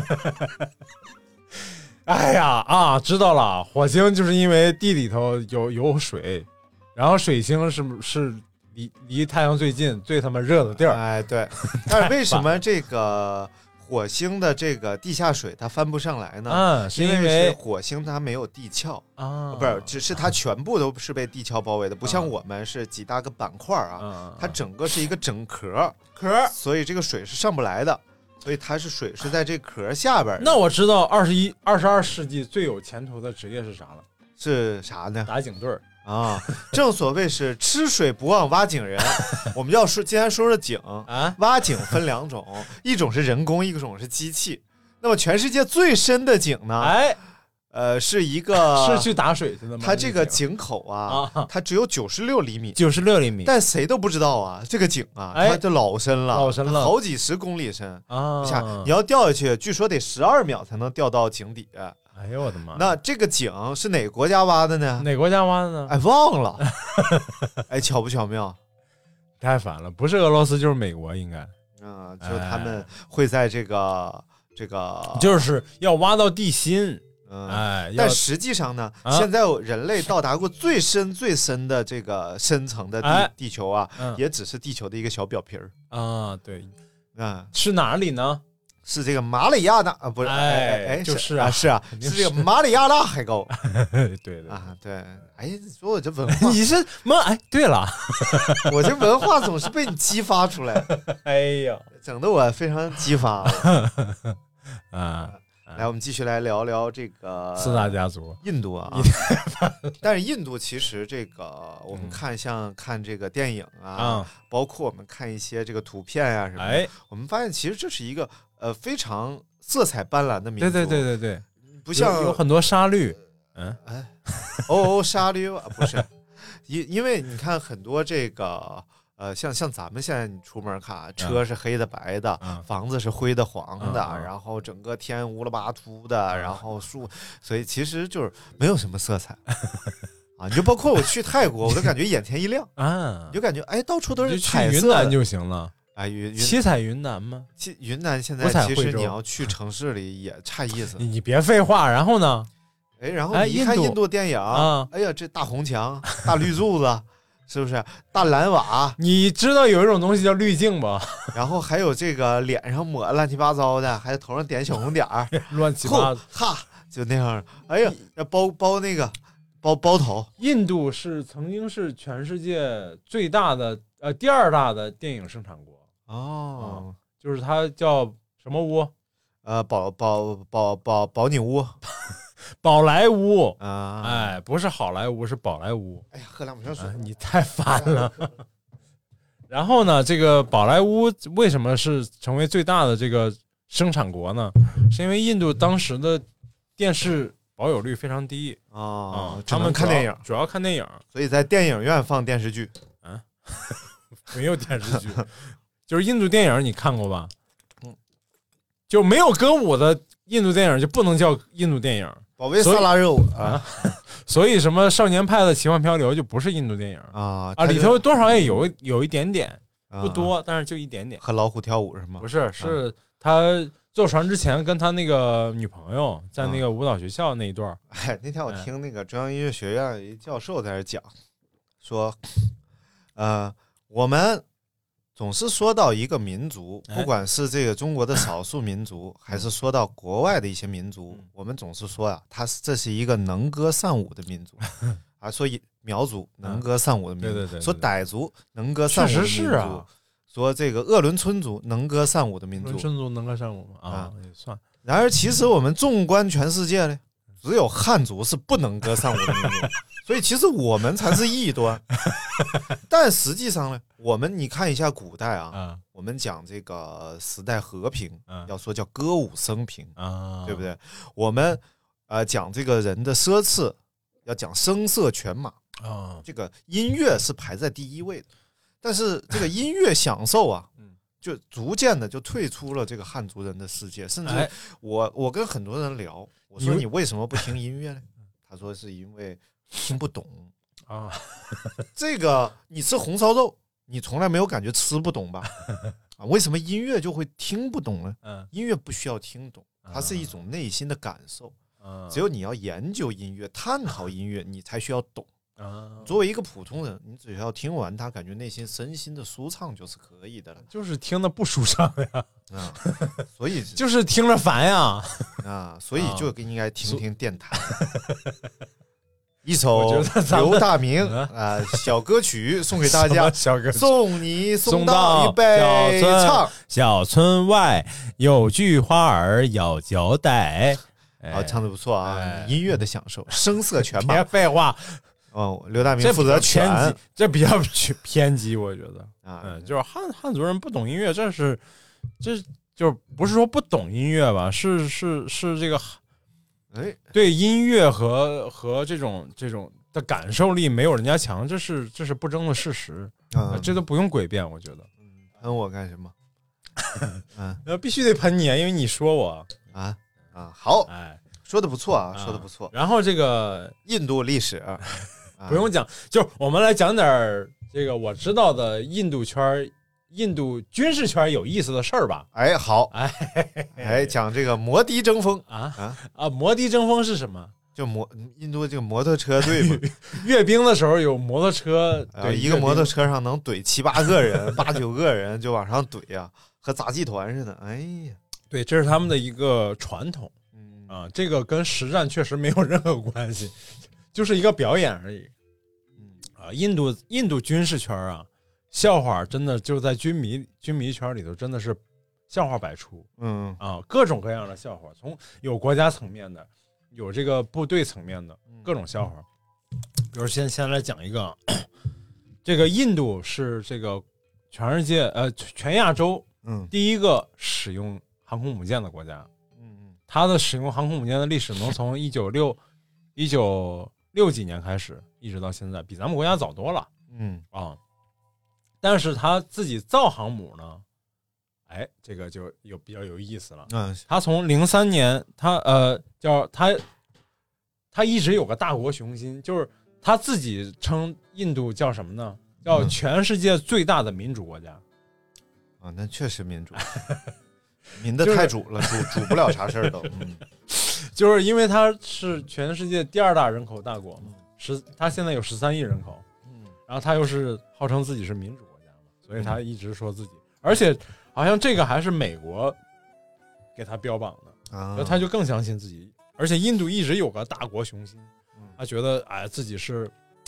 知道了，火星就是因为地里头有水，然后水星是离太阳最近、最他妈热的地儿。 对。但是为什么这个火星的这个地下水它翻不上来呢？ 是因为火星它没有地壳不是，只是它全部都是被地壳包围的，不像我们是几大个板块它整个是一个整壳，所以这个水是上不来的，所以它是水是在这壳下边。 那我知道22世纪最有前途的职业是啥了？ 是啥呢？ 打井队正所谓是吃水不忘挖井人。我们要说，既然说井挖井分两种，一种是人工，一种是机器。那么全世界最深的井呢？是一个是去打水去的吗？ 它这个井口它只有96厘米 ，96厘米， 但谁都不知道这个井它就老深了，好几10公里深你要掉下去，据说得12秒才能掉到井底。 哎呦我的妈！ 那这个井是哪个国家挖的呢？ 哪国家挖的呢？ 忘了。巧不巧妙？ 太烦了，不是俄罗斯就是美国，应该。 就他们会在这个就是要挖到地心。 但实际上呢，现在人类到达过最深的这个深层的地球也只是地球的一个小表皮儿对是哪里呢？ 是这个马里亚纳不是就是是这个马里亚纳海沟。 对对说我这文化你是对了。 我这文化总是被你激发出来。整得我非常激发来，我们继续来聊聊这个四大家族印度但是印度其实这个我们看这个电影包括我们看一些这个图片什么的，我们发现其实这是一个非常色彩斑斓的民族。 对， 不像有很多沙律。 沙律不是，因为你看很多这个像咱们现在你出门看车是黑的白的，房子是灰的黄的，然后整个天乌了巴秃的，然后树，所以其实就是没有什么色彩你就包括我去泰国，我都感觉眼前一亮你就感觉到处都是彩色的。 云南就行了七彩云南吗？ 云南现在其实你要去城市里也差意思。 你别废话，然后呢？ 然后你一看印度电影哎呀，这大红墙、大绿柱子。是不是大蓝瓦？ 你知道有一种东西叫滤镜吧？ 然后还有这个脸上抹乱七八糟的，还有头上点小红点儿， 乱七八糟，就那样。哎呀，要包那个包头。 印度曾经是全世界最大的第2大的电影生产国就是它叫什么屋？ 宝你屋。 宝莱坞不是好莱坞，是宝莱坞。 哎呀，喝2瓶水， 你太烦了。然后呢，这个宝莱坞为什么是成为最大的这个生产国呢？是因为印度当时的电视保有率非常低他们看电影， 主要看电影， 所以在电影院放电视剧没有电视剧，就是印度电影，你看过吧？就没有歌舞的印度电影就不能叫印度电影。 保卫萨拉热舞所以什么少年派的奇幻漂流就不是印度电影里头多少也有一点点，不多，但是就一点点。 和老虎跳舞是吗？ 不是，是他坐船之前跟他那个女朋友在那个舞蹈学校那一段。 那天我听那个中央音乐学院一教授在这讲，说我们总是说到一个民族，不管是这个中国的少数民族还是说到国外的一些民族，我们总是说这是一个能歌善舞的民族说苗族能歌善舞的民族，说傣族能歌善舞的民族，说这个鄂伦春族能歌善舞的民族， 春族能歌善舞也算。 然而其实我们纵观全世界呢， 只有汉族是不能歌善舞的民族，所以其实我们才是异端。但实际上呢，你看一下古代啊，我们讲这个时代和平，要说叫歌舞升平，对不对？我们讲这个人的奢侈，要讲声色犬马，这个音乐是排在第一位的。但是这个音乐享受啊，就逐渐的就退出了这个汉族人的世界。甚至我跟很多人聊，我说你为什么不听音乐呢？他说是因为听不懂啊。这个你吃红烧肉，你从来没有感觉吃不懂吧？啊，为什么音乐就会听不懂呢？音乐不需要听懂，它是一种内心的感受。只有你要研究音乐、探讨音乐，你才需要懂。作为一个普通人，你只要听完它，感觉内心身心的舒畅就是可以的了。 就是听的不舒畅呀， 所以就是听着烦呀， 所以就应该听听电台。一首刘大明小歌曲送给大家，送你送到一杯唱。 小村外有句话儿要交代。 好，唱得不错啊，音乐的享受，声色犬马。 别废话。 刘大明负责偏激，这比较偏激，我觉得就是汉族人不懂音乐，这就不是说不懂音乐吧，是这个，对音乐和这种的感受力没有人家强，这是不争的事实，这都不用诡辩，我觉得。 喷我干什么？ 必须得喷你啊，因为你说我好，说的不错啊，说的不错。 然后这个印度历史。 不用讲，就我们来讲点这个我知道的印度军事圈有意思的事儿吧。 好，讲这个摩的争锋摩的争锋是什么？ 就印度这个摩托车队嘛， 阅兵的时候有摩托车， 一个摩托车上能怼7、8个人、8、9个人就往上怼啊，和杂技团似的。哎呀， 对，这是他们的一个传统。这个跟实战确实没有任何关系，就是一个表演而已。印度军事圈笑话真的就在军迷圈里头真的是笑话百出。各种各样的笑话，从有国家层面的，有这个部队层面的各种笑话。比如先来讲一个，这个印度是这个全世界全亚洲第一个使用航空母舰的国家。它的使用航空母舰的历史能从1960几年开始，一直到现在，比咱们国家早多了。但是他自己造航母呢，这个就比较有意思了。他从03年，他一直有个大国雄心，就是他自己称印度叫什么呢？叫全世界最大的民主国家。 那确实民主。民的太主了，主不了啥事儿都。 就是因为它是全世界第2大人口大国嘛，它现在有13亿人口，然后它又是号称自己是民主国家嘛，所以它一直说自己，而且好像这个还是美国给他标榜的，那他就更相信自己。而且印度一直有个大国雄心，他觉得自己是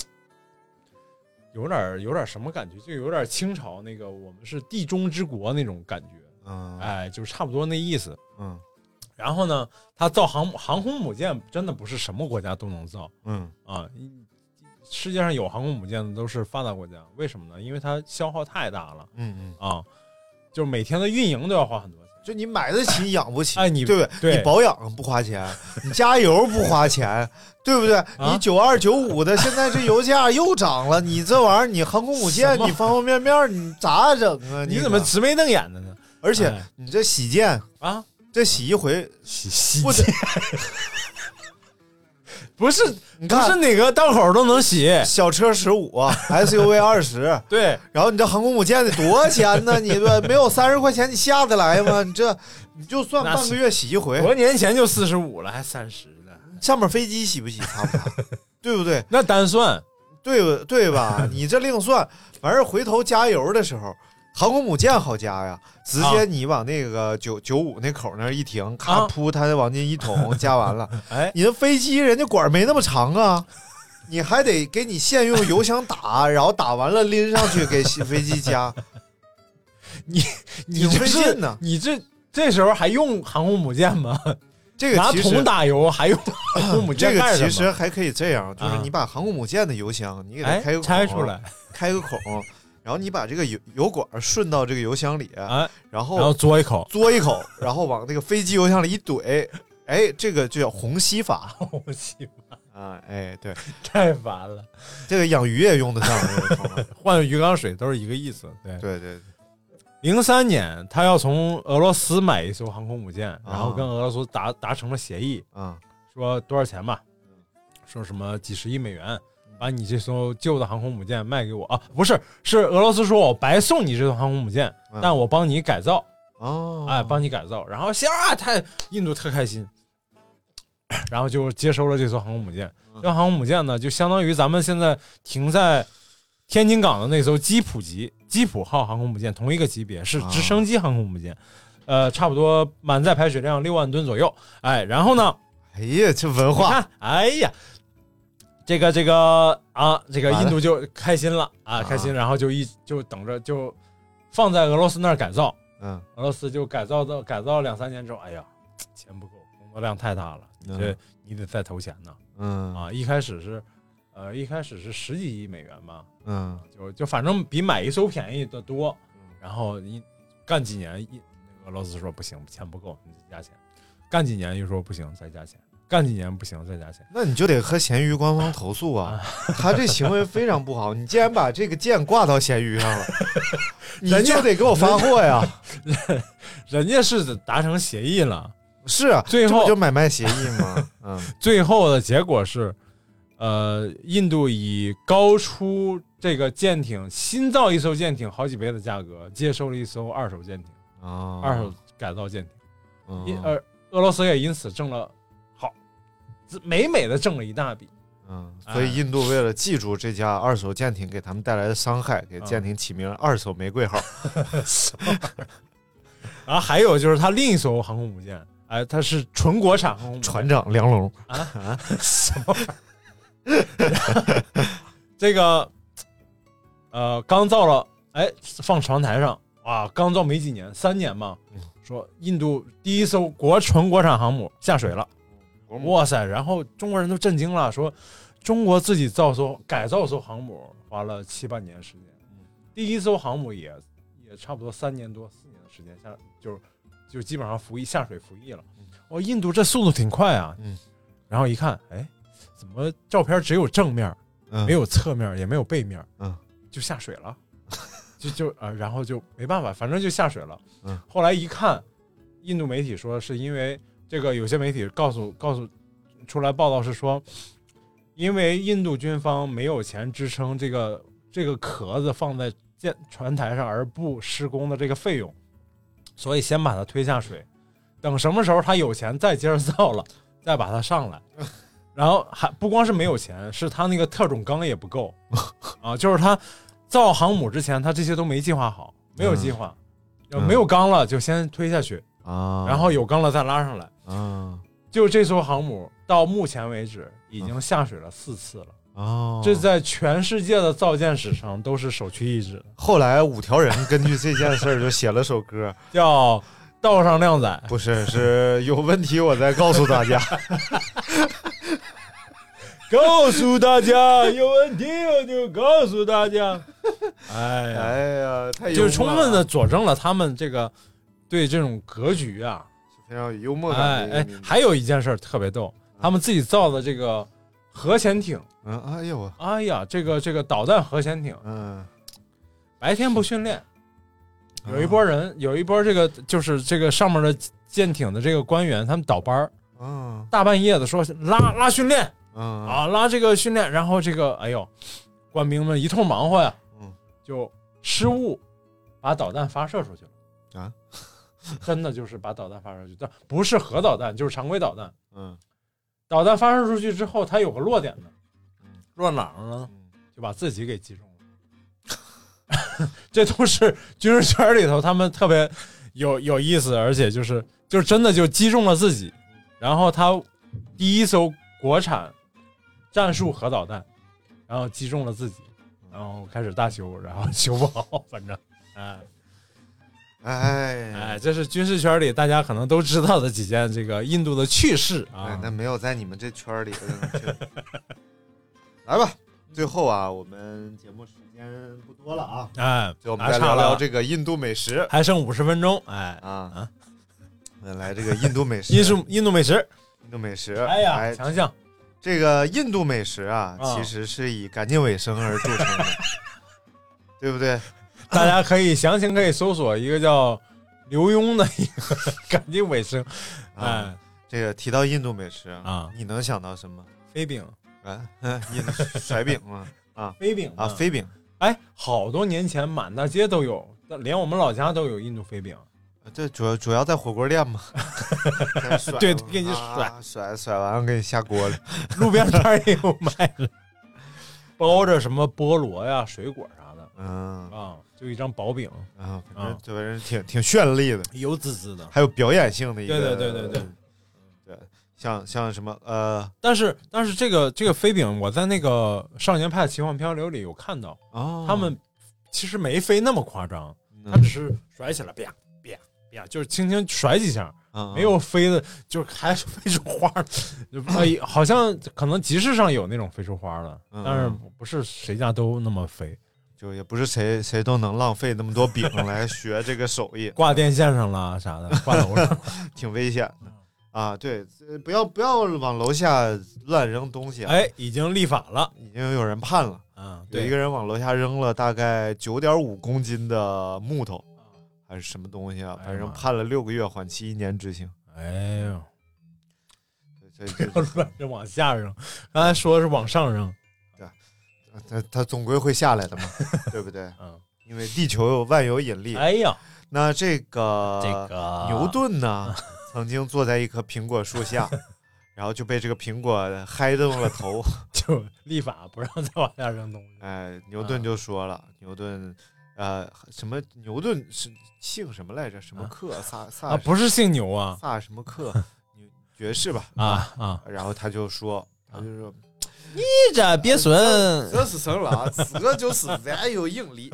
有点什么感觉，就有点清朝那个我们是地中之国那种感觉。就是差不多那意思。然后呢，他造航空母舰真的不是什么国家都能造。世界上有航空母舰的都是发达国家，为什么呢？因为它消耗太大了。就是每天的运营都要花很多钱。 就你买得起养不起， 对不对？你保养不花钱，你加油不花钱，对不对？你92、95的，现在这油价又涨了，你这玩意儿，你航空母舰，你方方面面，你咋整啊？ 你怎么直眉瞪眼的呢？ 而且你这洗件这洗一回洗不得，不是哪个档口都能洗。 小车15SUV 20， 对。 然后你这航空母舰得多少钱呢？你没有30块钱，你下得来吗？你就算半个月洗一回， 多年前就45了，还30呢。 上面飞机洗不洗差不差，对不对？ 那单算， 对吧？你这另算。反正回头加油的时候。航空母舰好加呀，直接你往那个95那口那一停，咔扑它往进一桶，加完了。你的飞机人家管没那么长啊，你还得给你现用油箱打，然后打完了拎上去给飞机加。 你费劲呢？你这时候还用航空母舰吗？ 这个拿铜打油，还有航空母舰干什么？ 这个其实还可以这样，就是你把航空母舰的油箱，你给它开个孔， 拆出来， 开个孔，然后你把这个油管顺到这个油箱里，然后嘬一口， 然后往那个飞机油箱里一怼，哎，这个就叫虹吸法。 虹吸法啊，哎，对， 太烦了。 这个养鱼也用得上， 换鱼缸水都是一个意思。 对。 03年，他要从俄罗斯买一艘航空母舰，然后跟俄罗斯达成了协议，说多少钱吧，说什么几十亿美元，把你这艘旧的航空母舰卖给我啊？不是，是俄罗斯说我白送你这艘航空母舰，但我帮你改造。帮你改造，然后印度特开心，然后就接收了这艘航空母舰。这航空母舰呢，就相当于咱们现在停在天津港的那艘基普号航空母舰同一个级别，是直升机航空母舰，差不多满载排水量6万吨左右。哎，然后呢， 哎呀，这文化， 哎呀，这个印度就开心了啊，开心，然后就等着就放在俄罗斯那儿改造。俄罗斯就改造了2-3年之后，哎呀，钱不够，工作量太大了，你得再投钱呢。一开始是10几亿美元吧，就反正比买一艘便宜的多。然后干几年，俄罗斯说不行，钱不够，你再加钱。干几年又说不行，再加钱。干几年不行，再加钱。 那你就得和咸鱼官方投诉啊，他这行为非常不好。你既然把这个舰挂到咸鱼上了，你就得给我发货呀。 人家是达成协议了， 是啊， 最后这不就买卖协议吗？ 最后的结果是，印度以高出这个舰艇新造一艘舰艇好几倍的价格接收了一艘二手舰艇，二手改造舰艇。俄罗斯也因此挣了美的挣了一大笔。 所以印度为了记住这架二手舰艇给他们带来的伤害，给舰艇起名二手玫瑰号。 然后还有就是他另一艘航空母舰，哎，它是纯国产航空母舰， 船长梁龙什么玩意儿？这个刚造了，哎，放船台上，哇，刚造没几年，3年嘛，说印度第一艘纯国产航母下水了。哇塞！然后中国人都震惊了，说中国自己改造艘航母花了7-8年时间，第一艘航母也差不多3年多4年的时间就基本上下水服役了。印度这速度挺快啊。然后一看，哎，怎么照片只有正面，没有侧面，也没有背面，就下水了，然后就没办法，反正就下水了。后来一看，印度媒体说是因为。这个有些媒体告诉出来报道是说，因为印度军方没有钱支撑这个壳子放在船台上而不施工的这个费用，所以先把它推下水，等什么时候他有钱再接着造了，再把它上来。然后还不光是没有钱，是他那个特种钢也不够啊，就是他造航母之前他这些都没计划好，没有计划，没有钢了就先推下去然后有钢了再拉上来。就这艘航母到目前为止已经下水了4次了。这在全世界的造舰史上都是首屈一指的。 后来5条人根据这件事就写了首歌， 叫《道上靓仔》。 不是，是有问题我再告诉大家。 告诉大家有问题我就告诉大家。哎呀，太幽默了， 就是充分的佐证了他们这个对这种格局啊。 非常有幽默感。 还有一件事特别逗，他们自己造的这个核潜艇，哎呀，这个导弹核潜艇，白天不训练，有一波这个就是这个上面的舰艇的这个官员，他们倒班大半夜的说拉训练，拉这个训练，然后这个哎呦，官兵们一通忙活呀，就失误把导弹发射出去了真的就是把导弹发射出去，但不是核导弹，就是常规导弹。导弹发射出去之后，它有个落点的，落哪儿呢？就把自己给击中了。这都是军事圈里头他们特别有意思，而且就是真的就击中了自己。然后他第一艘国产战术核导弹，然后击中了自己，然后开始大修，然后修不好，反正这是军事圈里大家可能都知道的几件这个印度的趣事啊。 那没有在你们这圈里。来吧，最后啊，我们节目时间不多了啊。最后我们再聊聊这个印度美食， 还剩50分钟。 来这个印度美食。 印度美食。 哎呀， 强项。 这个印度美食啊，其实是以干净卫生而著称的，对不对？ 大家可以详情可以搜索一个叫刘墉的一个干净卫生。 这个提到印度美食啊，你能想到什么？ 飞饼甩饼啊， 飞饼啊，飞饼。 好多年前满大街都有，连我们老家都有印度飞饼。 这主要在火锅店嘛， 对，给你甩完给你下锅里， 路边摊也有卖的，包着什么菠萝呀、水果啥的，就一张薄饼啊，反正挺绚丽的， 油滋滋的， 还有表演性的一个， 对， 像什么但是这个飞饼，我在那个《少年派奇幻漂流》里有看到，他们其实没飞那么夸张，他只是甩起来啪。就是轻轻甩几下，没有飞的，就是还飞出花好像可能集市上有那种飞出花的，但是不是谁家都那么飞， 就也不是谁都能浪费那么多饼来学这个手艺， 挂电线上了啥的，挂楼上挺危险的啊！对，不要往楼下乱扔东西啊！ 已经立法了， 已经有人判了有一个人往楼下扔了大概9.5公斤的木头。还是什么东西啊？反正判了6个月，缓期1年执行。 不要乱着往下扔，刚才说的是往上扔， 对，它总归会下来的嘛，对不对？因为地球有万有引力。那这个牛顿呢，曾经坐在一棵苹果树下，然后就被这个苹果嗨动了头， 就立法不让再往下扔东西。 牛顿就说了，什么牛顿是姓什么来着？什么克萨不是姓牛啊， 萨什么克爵士吧？然后他就说， 你这别损， 这是什么？这就是万有引力。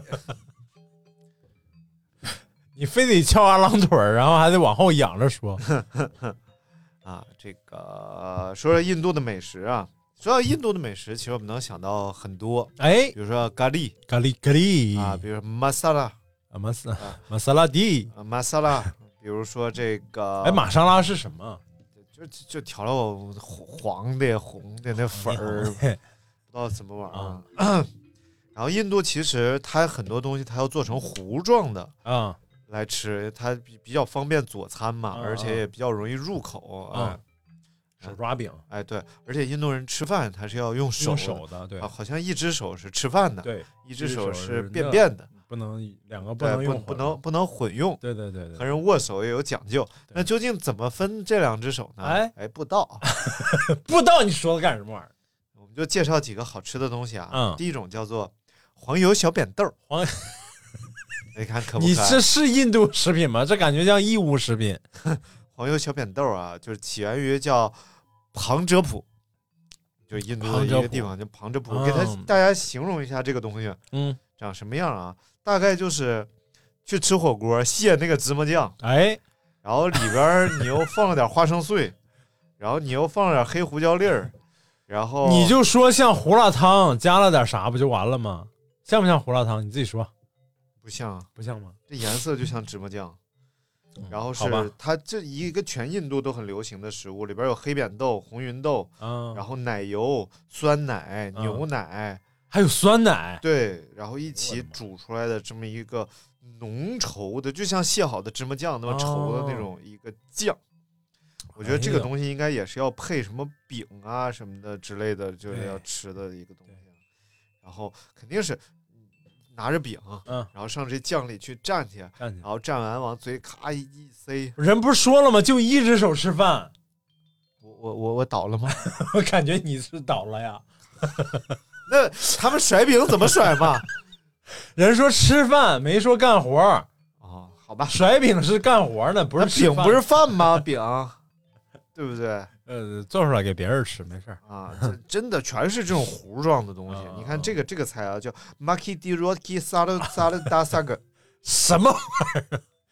你非得翘二郎腿，然后还得往后仰着说。 这个说印度的美食啊。说到印度的美食，其实我们能想到很多，比如说咖喱啊，比如说玛莎拉蒂，比如说这个玛莎拉是什么？ 就调了黄的红的那粉儿，不知道怎么玩啊。然后印度其实它很多东西它要做成糊状的来吃，它比较方便佐餐嘛，而且也比较容易入口手抓饼， 对，而且印度人吃饭他是要用手的，对， 好像一只手是吃饭的， 对， 一只手是便的， 不能两个不能用， 不能混用， 对， 和人握手也有讲究。那究竟怎么分这2只手呢？不知道， 不知道你说的干什么玩意儿？ 我们就介绍几个好吃的东西啊。第一种叫做黄油小扁豆，你看可不可爱？ 你这是印度食品吗？这感觉像义乌食品。 黄油小扁豆啊，就是起源于叫旁遮普，就是印度的一个地方叫旁遮普。我给大家形容一下这个东西，长什么样啊？大概就是去吃火锅卸那个芝麻酱，然后里边你又放了点花生碎，然后你又放了点黑胡椒粒儿，然后你就说像胡辣汤加了点啥不就完了吗？像不像胡辣汤？你自己说。 不像啊， 不像吗？ 这颜色就像芝麻酱。然后是它这一个全印度都很流行的食物，里边有黑扁豆、红芸豆，然后奶油、酸奶、牛奶， 还有酸奶， 对，然后一起煮出来的这么一个浓稠的，就像卸好的芝麻酱那么稠的那种一个酱。我觉得这个东西应该也是要配什么饼啊什么的之类的，就是要吃的一个东西。然后肯定是拿着饼，然后上这酱里去蘸去，然后蘸完往嘴咔一塞。 人不是说了吗？就一只手吃饭。 我倒了吗？ 我感觉你是倒了呀。 那他们甩饼怎么甩嘛？ 人说吃饭，没说干活。 好吧， 甩饼是干活呢，不是饼不是饭吗？饼，对不对？ 做出来给别人吃没事啊，真的全是这种糊状的东西。你看这个菜啊，叫 Maki di Roti Salad Saga， 什么玩意儿？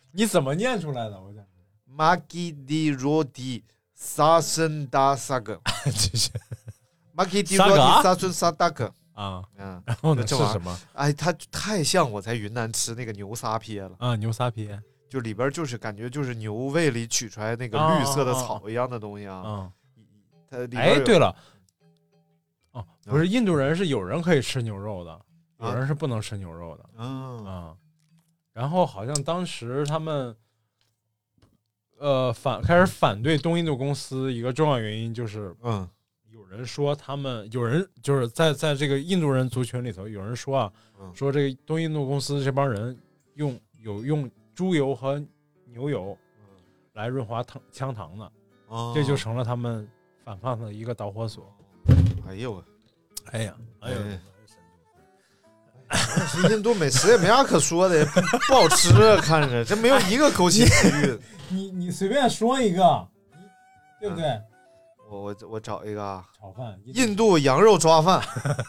你怎么念出来的？我想 Maki di roti sasun da saga， 这是 Maki di roti sasun sadag 啊，然后呢是什么？ 哎，它太像我在云南吃那个牛撒撇了啊，牛撒撇， 就里边就是感觉就是牛胃里取出来那个绿色的草一样的东西啊。它里边哎，对了，哦，不是印度人是有人可以吃牛肉的，有人是不能吃牛肉的然后好像当时他们开始反对东印度公司一个重要原因就是有人说有人就是在这个印度人族群里头有人说说这个东印度公司这帮人用猪油和牛油来润滑腔糖的，这就成了他们反叛的一个导火索。 哎呦， 哎呀，哎呦。 印度美食也没啥可说的，不好吃啊，看着这没有一个口气自欲。 你随便说一个，对不对？ 我找一个炒饭， 印度羊肉抓饭。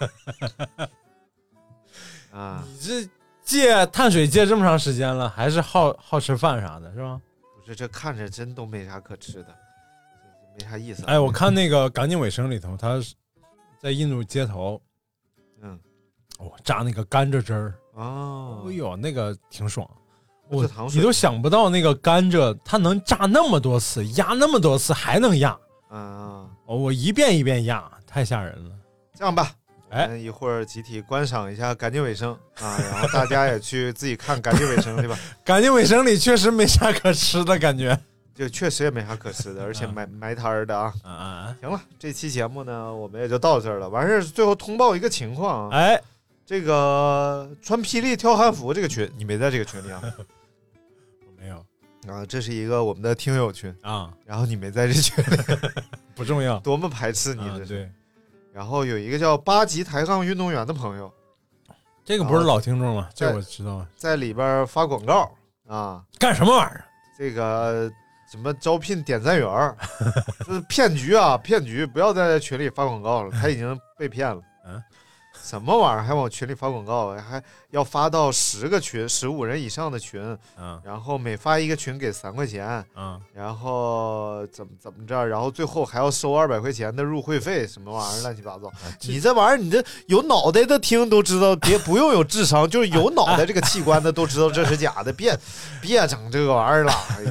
啊， 你这戒碳水戒这么长时间了，还是好吃饭啥的，是吧？ 不是，这看着真都没啥可吃的，没啥意思。 哎，我看那个《赶紧卫生》里头，他在印度街头，榨那个甘蔗汁儿哎呦，那个挺爽。你都想不到那个甘蔗它能榨那么多次，压那么多次还能压我一遍一遍压，太吓人了。 这样吧，我们一会儿集体观赏一下《赶紧卫生》然后大家也去自己看《赶紧卫生》对吧？《 赶紧卫生》里确实没啥可吃的感觉， 就确实也没啥可吃的，而且埋摊儿的行了，这期节目呢我们也就到这儿了。完事儿最后通报一个情况这个穿霹雳跳汉服这个群，你没在这个群里啊？ 我没有这是一个我们的听友群然后你没在这群里， 不重要， 多么排斥你这是。 对。 然后有一个叫8级抬杠运动员的朋友， 这个不是老听众吗？这我知道， 在里边发广告干什么玩意儿？ 这个什么招聘点赞员这是骗局骗局！不要在群里发广告了，他已经被骗了。什么玩意儿还往群里发广告，还要发到10个群，15人以上的群然后每发一个群给3块钱然后怎么着，然后最后还要收200块钱的入会费，什么玩意儿乱七八糟。你这玩意儿，你这有脑袋的听都知道，不用有智商，就是有脑袋这个器官的都知道这是假的，别整这个玩意儿了。哎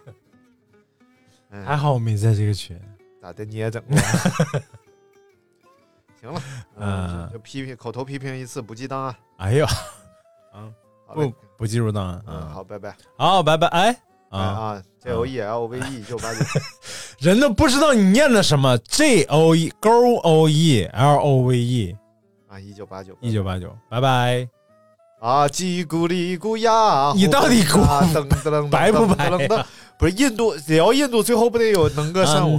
呀，还好我没在这个群， 咋的你也整行了，就批评口头批评一次，不记档案。 哎呦，不记入档案。 好，拜拜。 好，拜拜。 JOELOVE1989， 人都不知道你念的什么 JOE GOELOVE 1989， 拜拜。 叽咕哩咕呀， 你到底白不白？ 不是印度聊印度，最后不得有能歌善舞？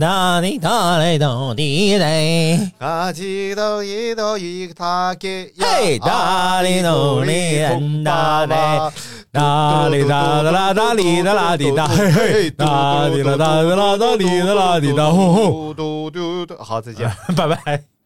记得一到一他给嘿哒哩咚哩哒嘞哒哩哒哒啦哒哩哒啦滴哒嘿哒哩啦哒哒啦哒哩哒啦滴哒好，再见， 拜拜。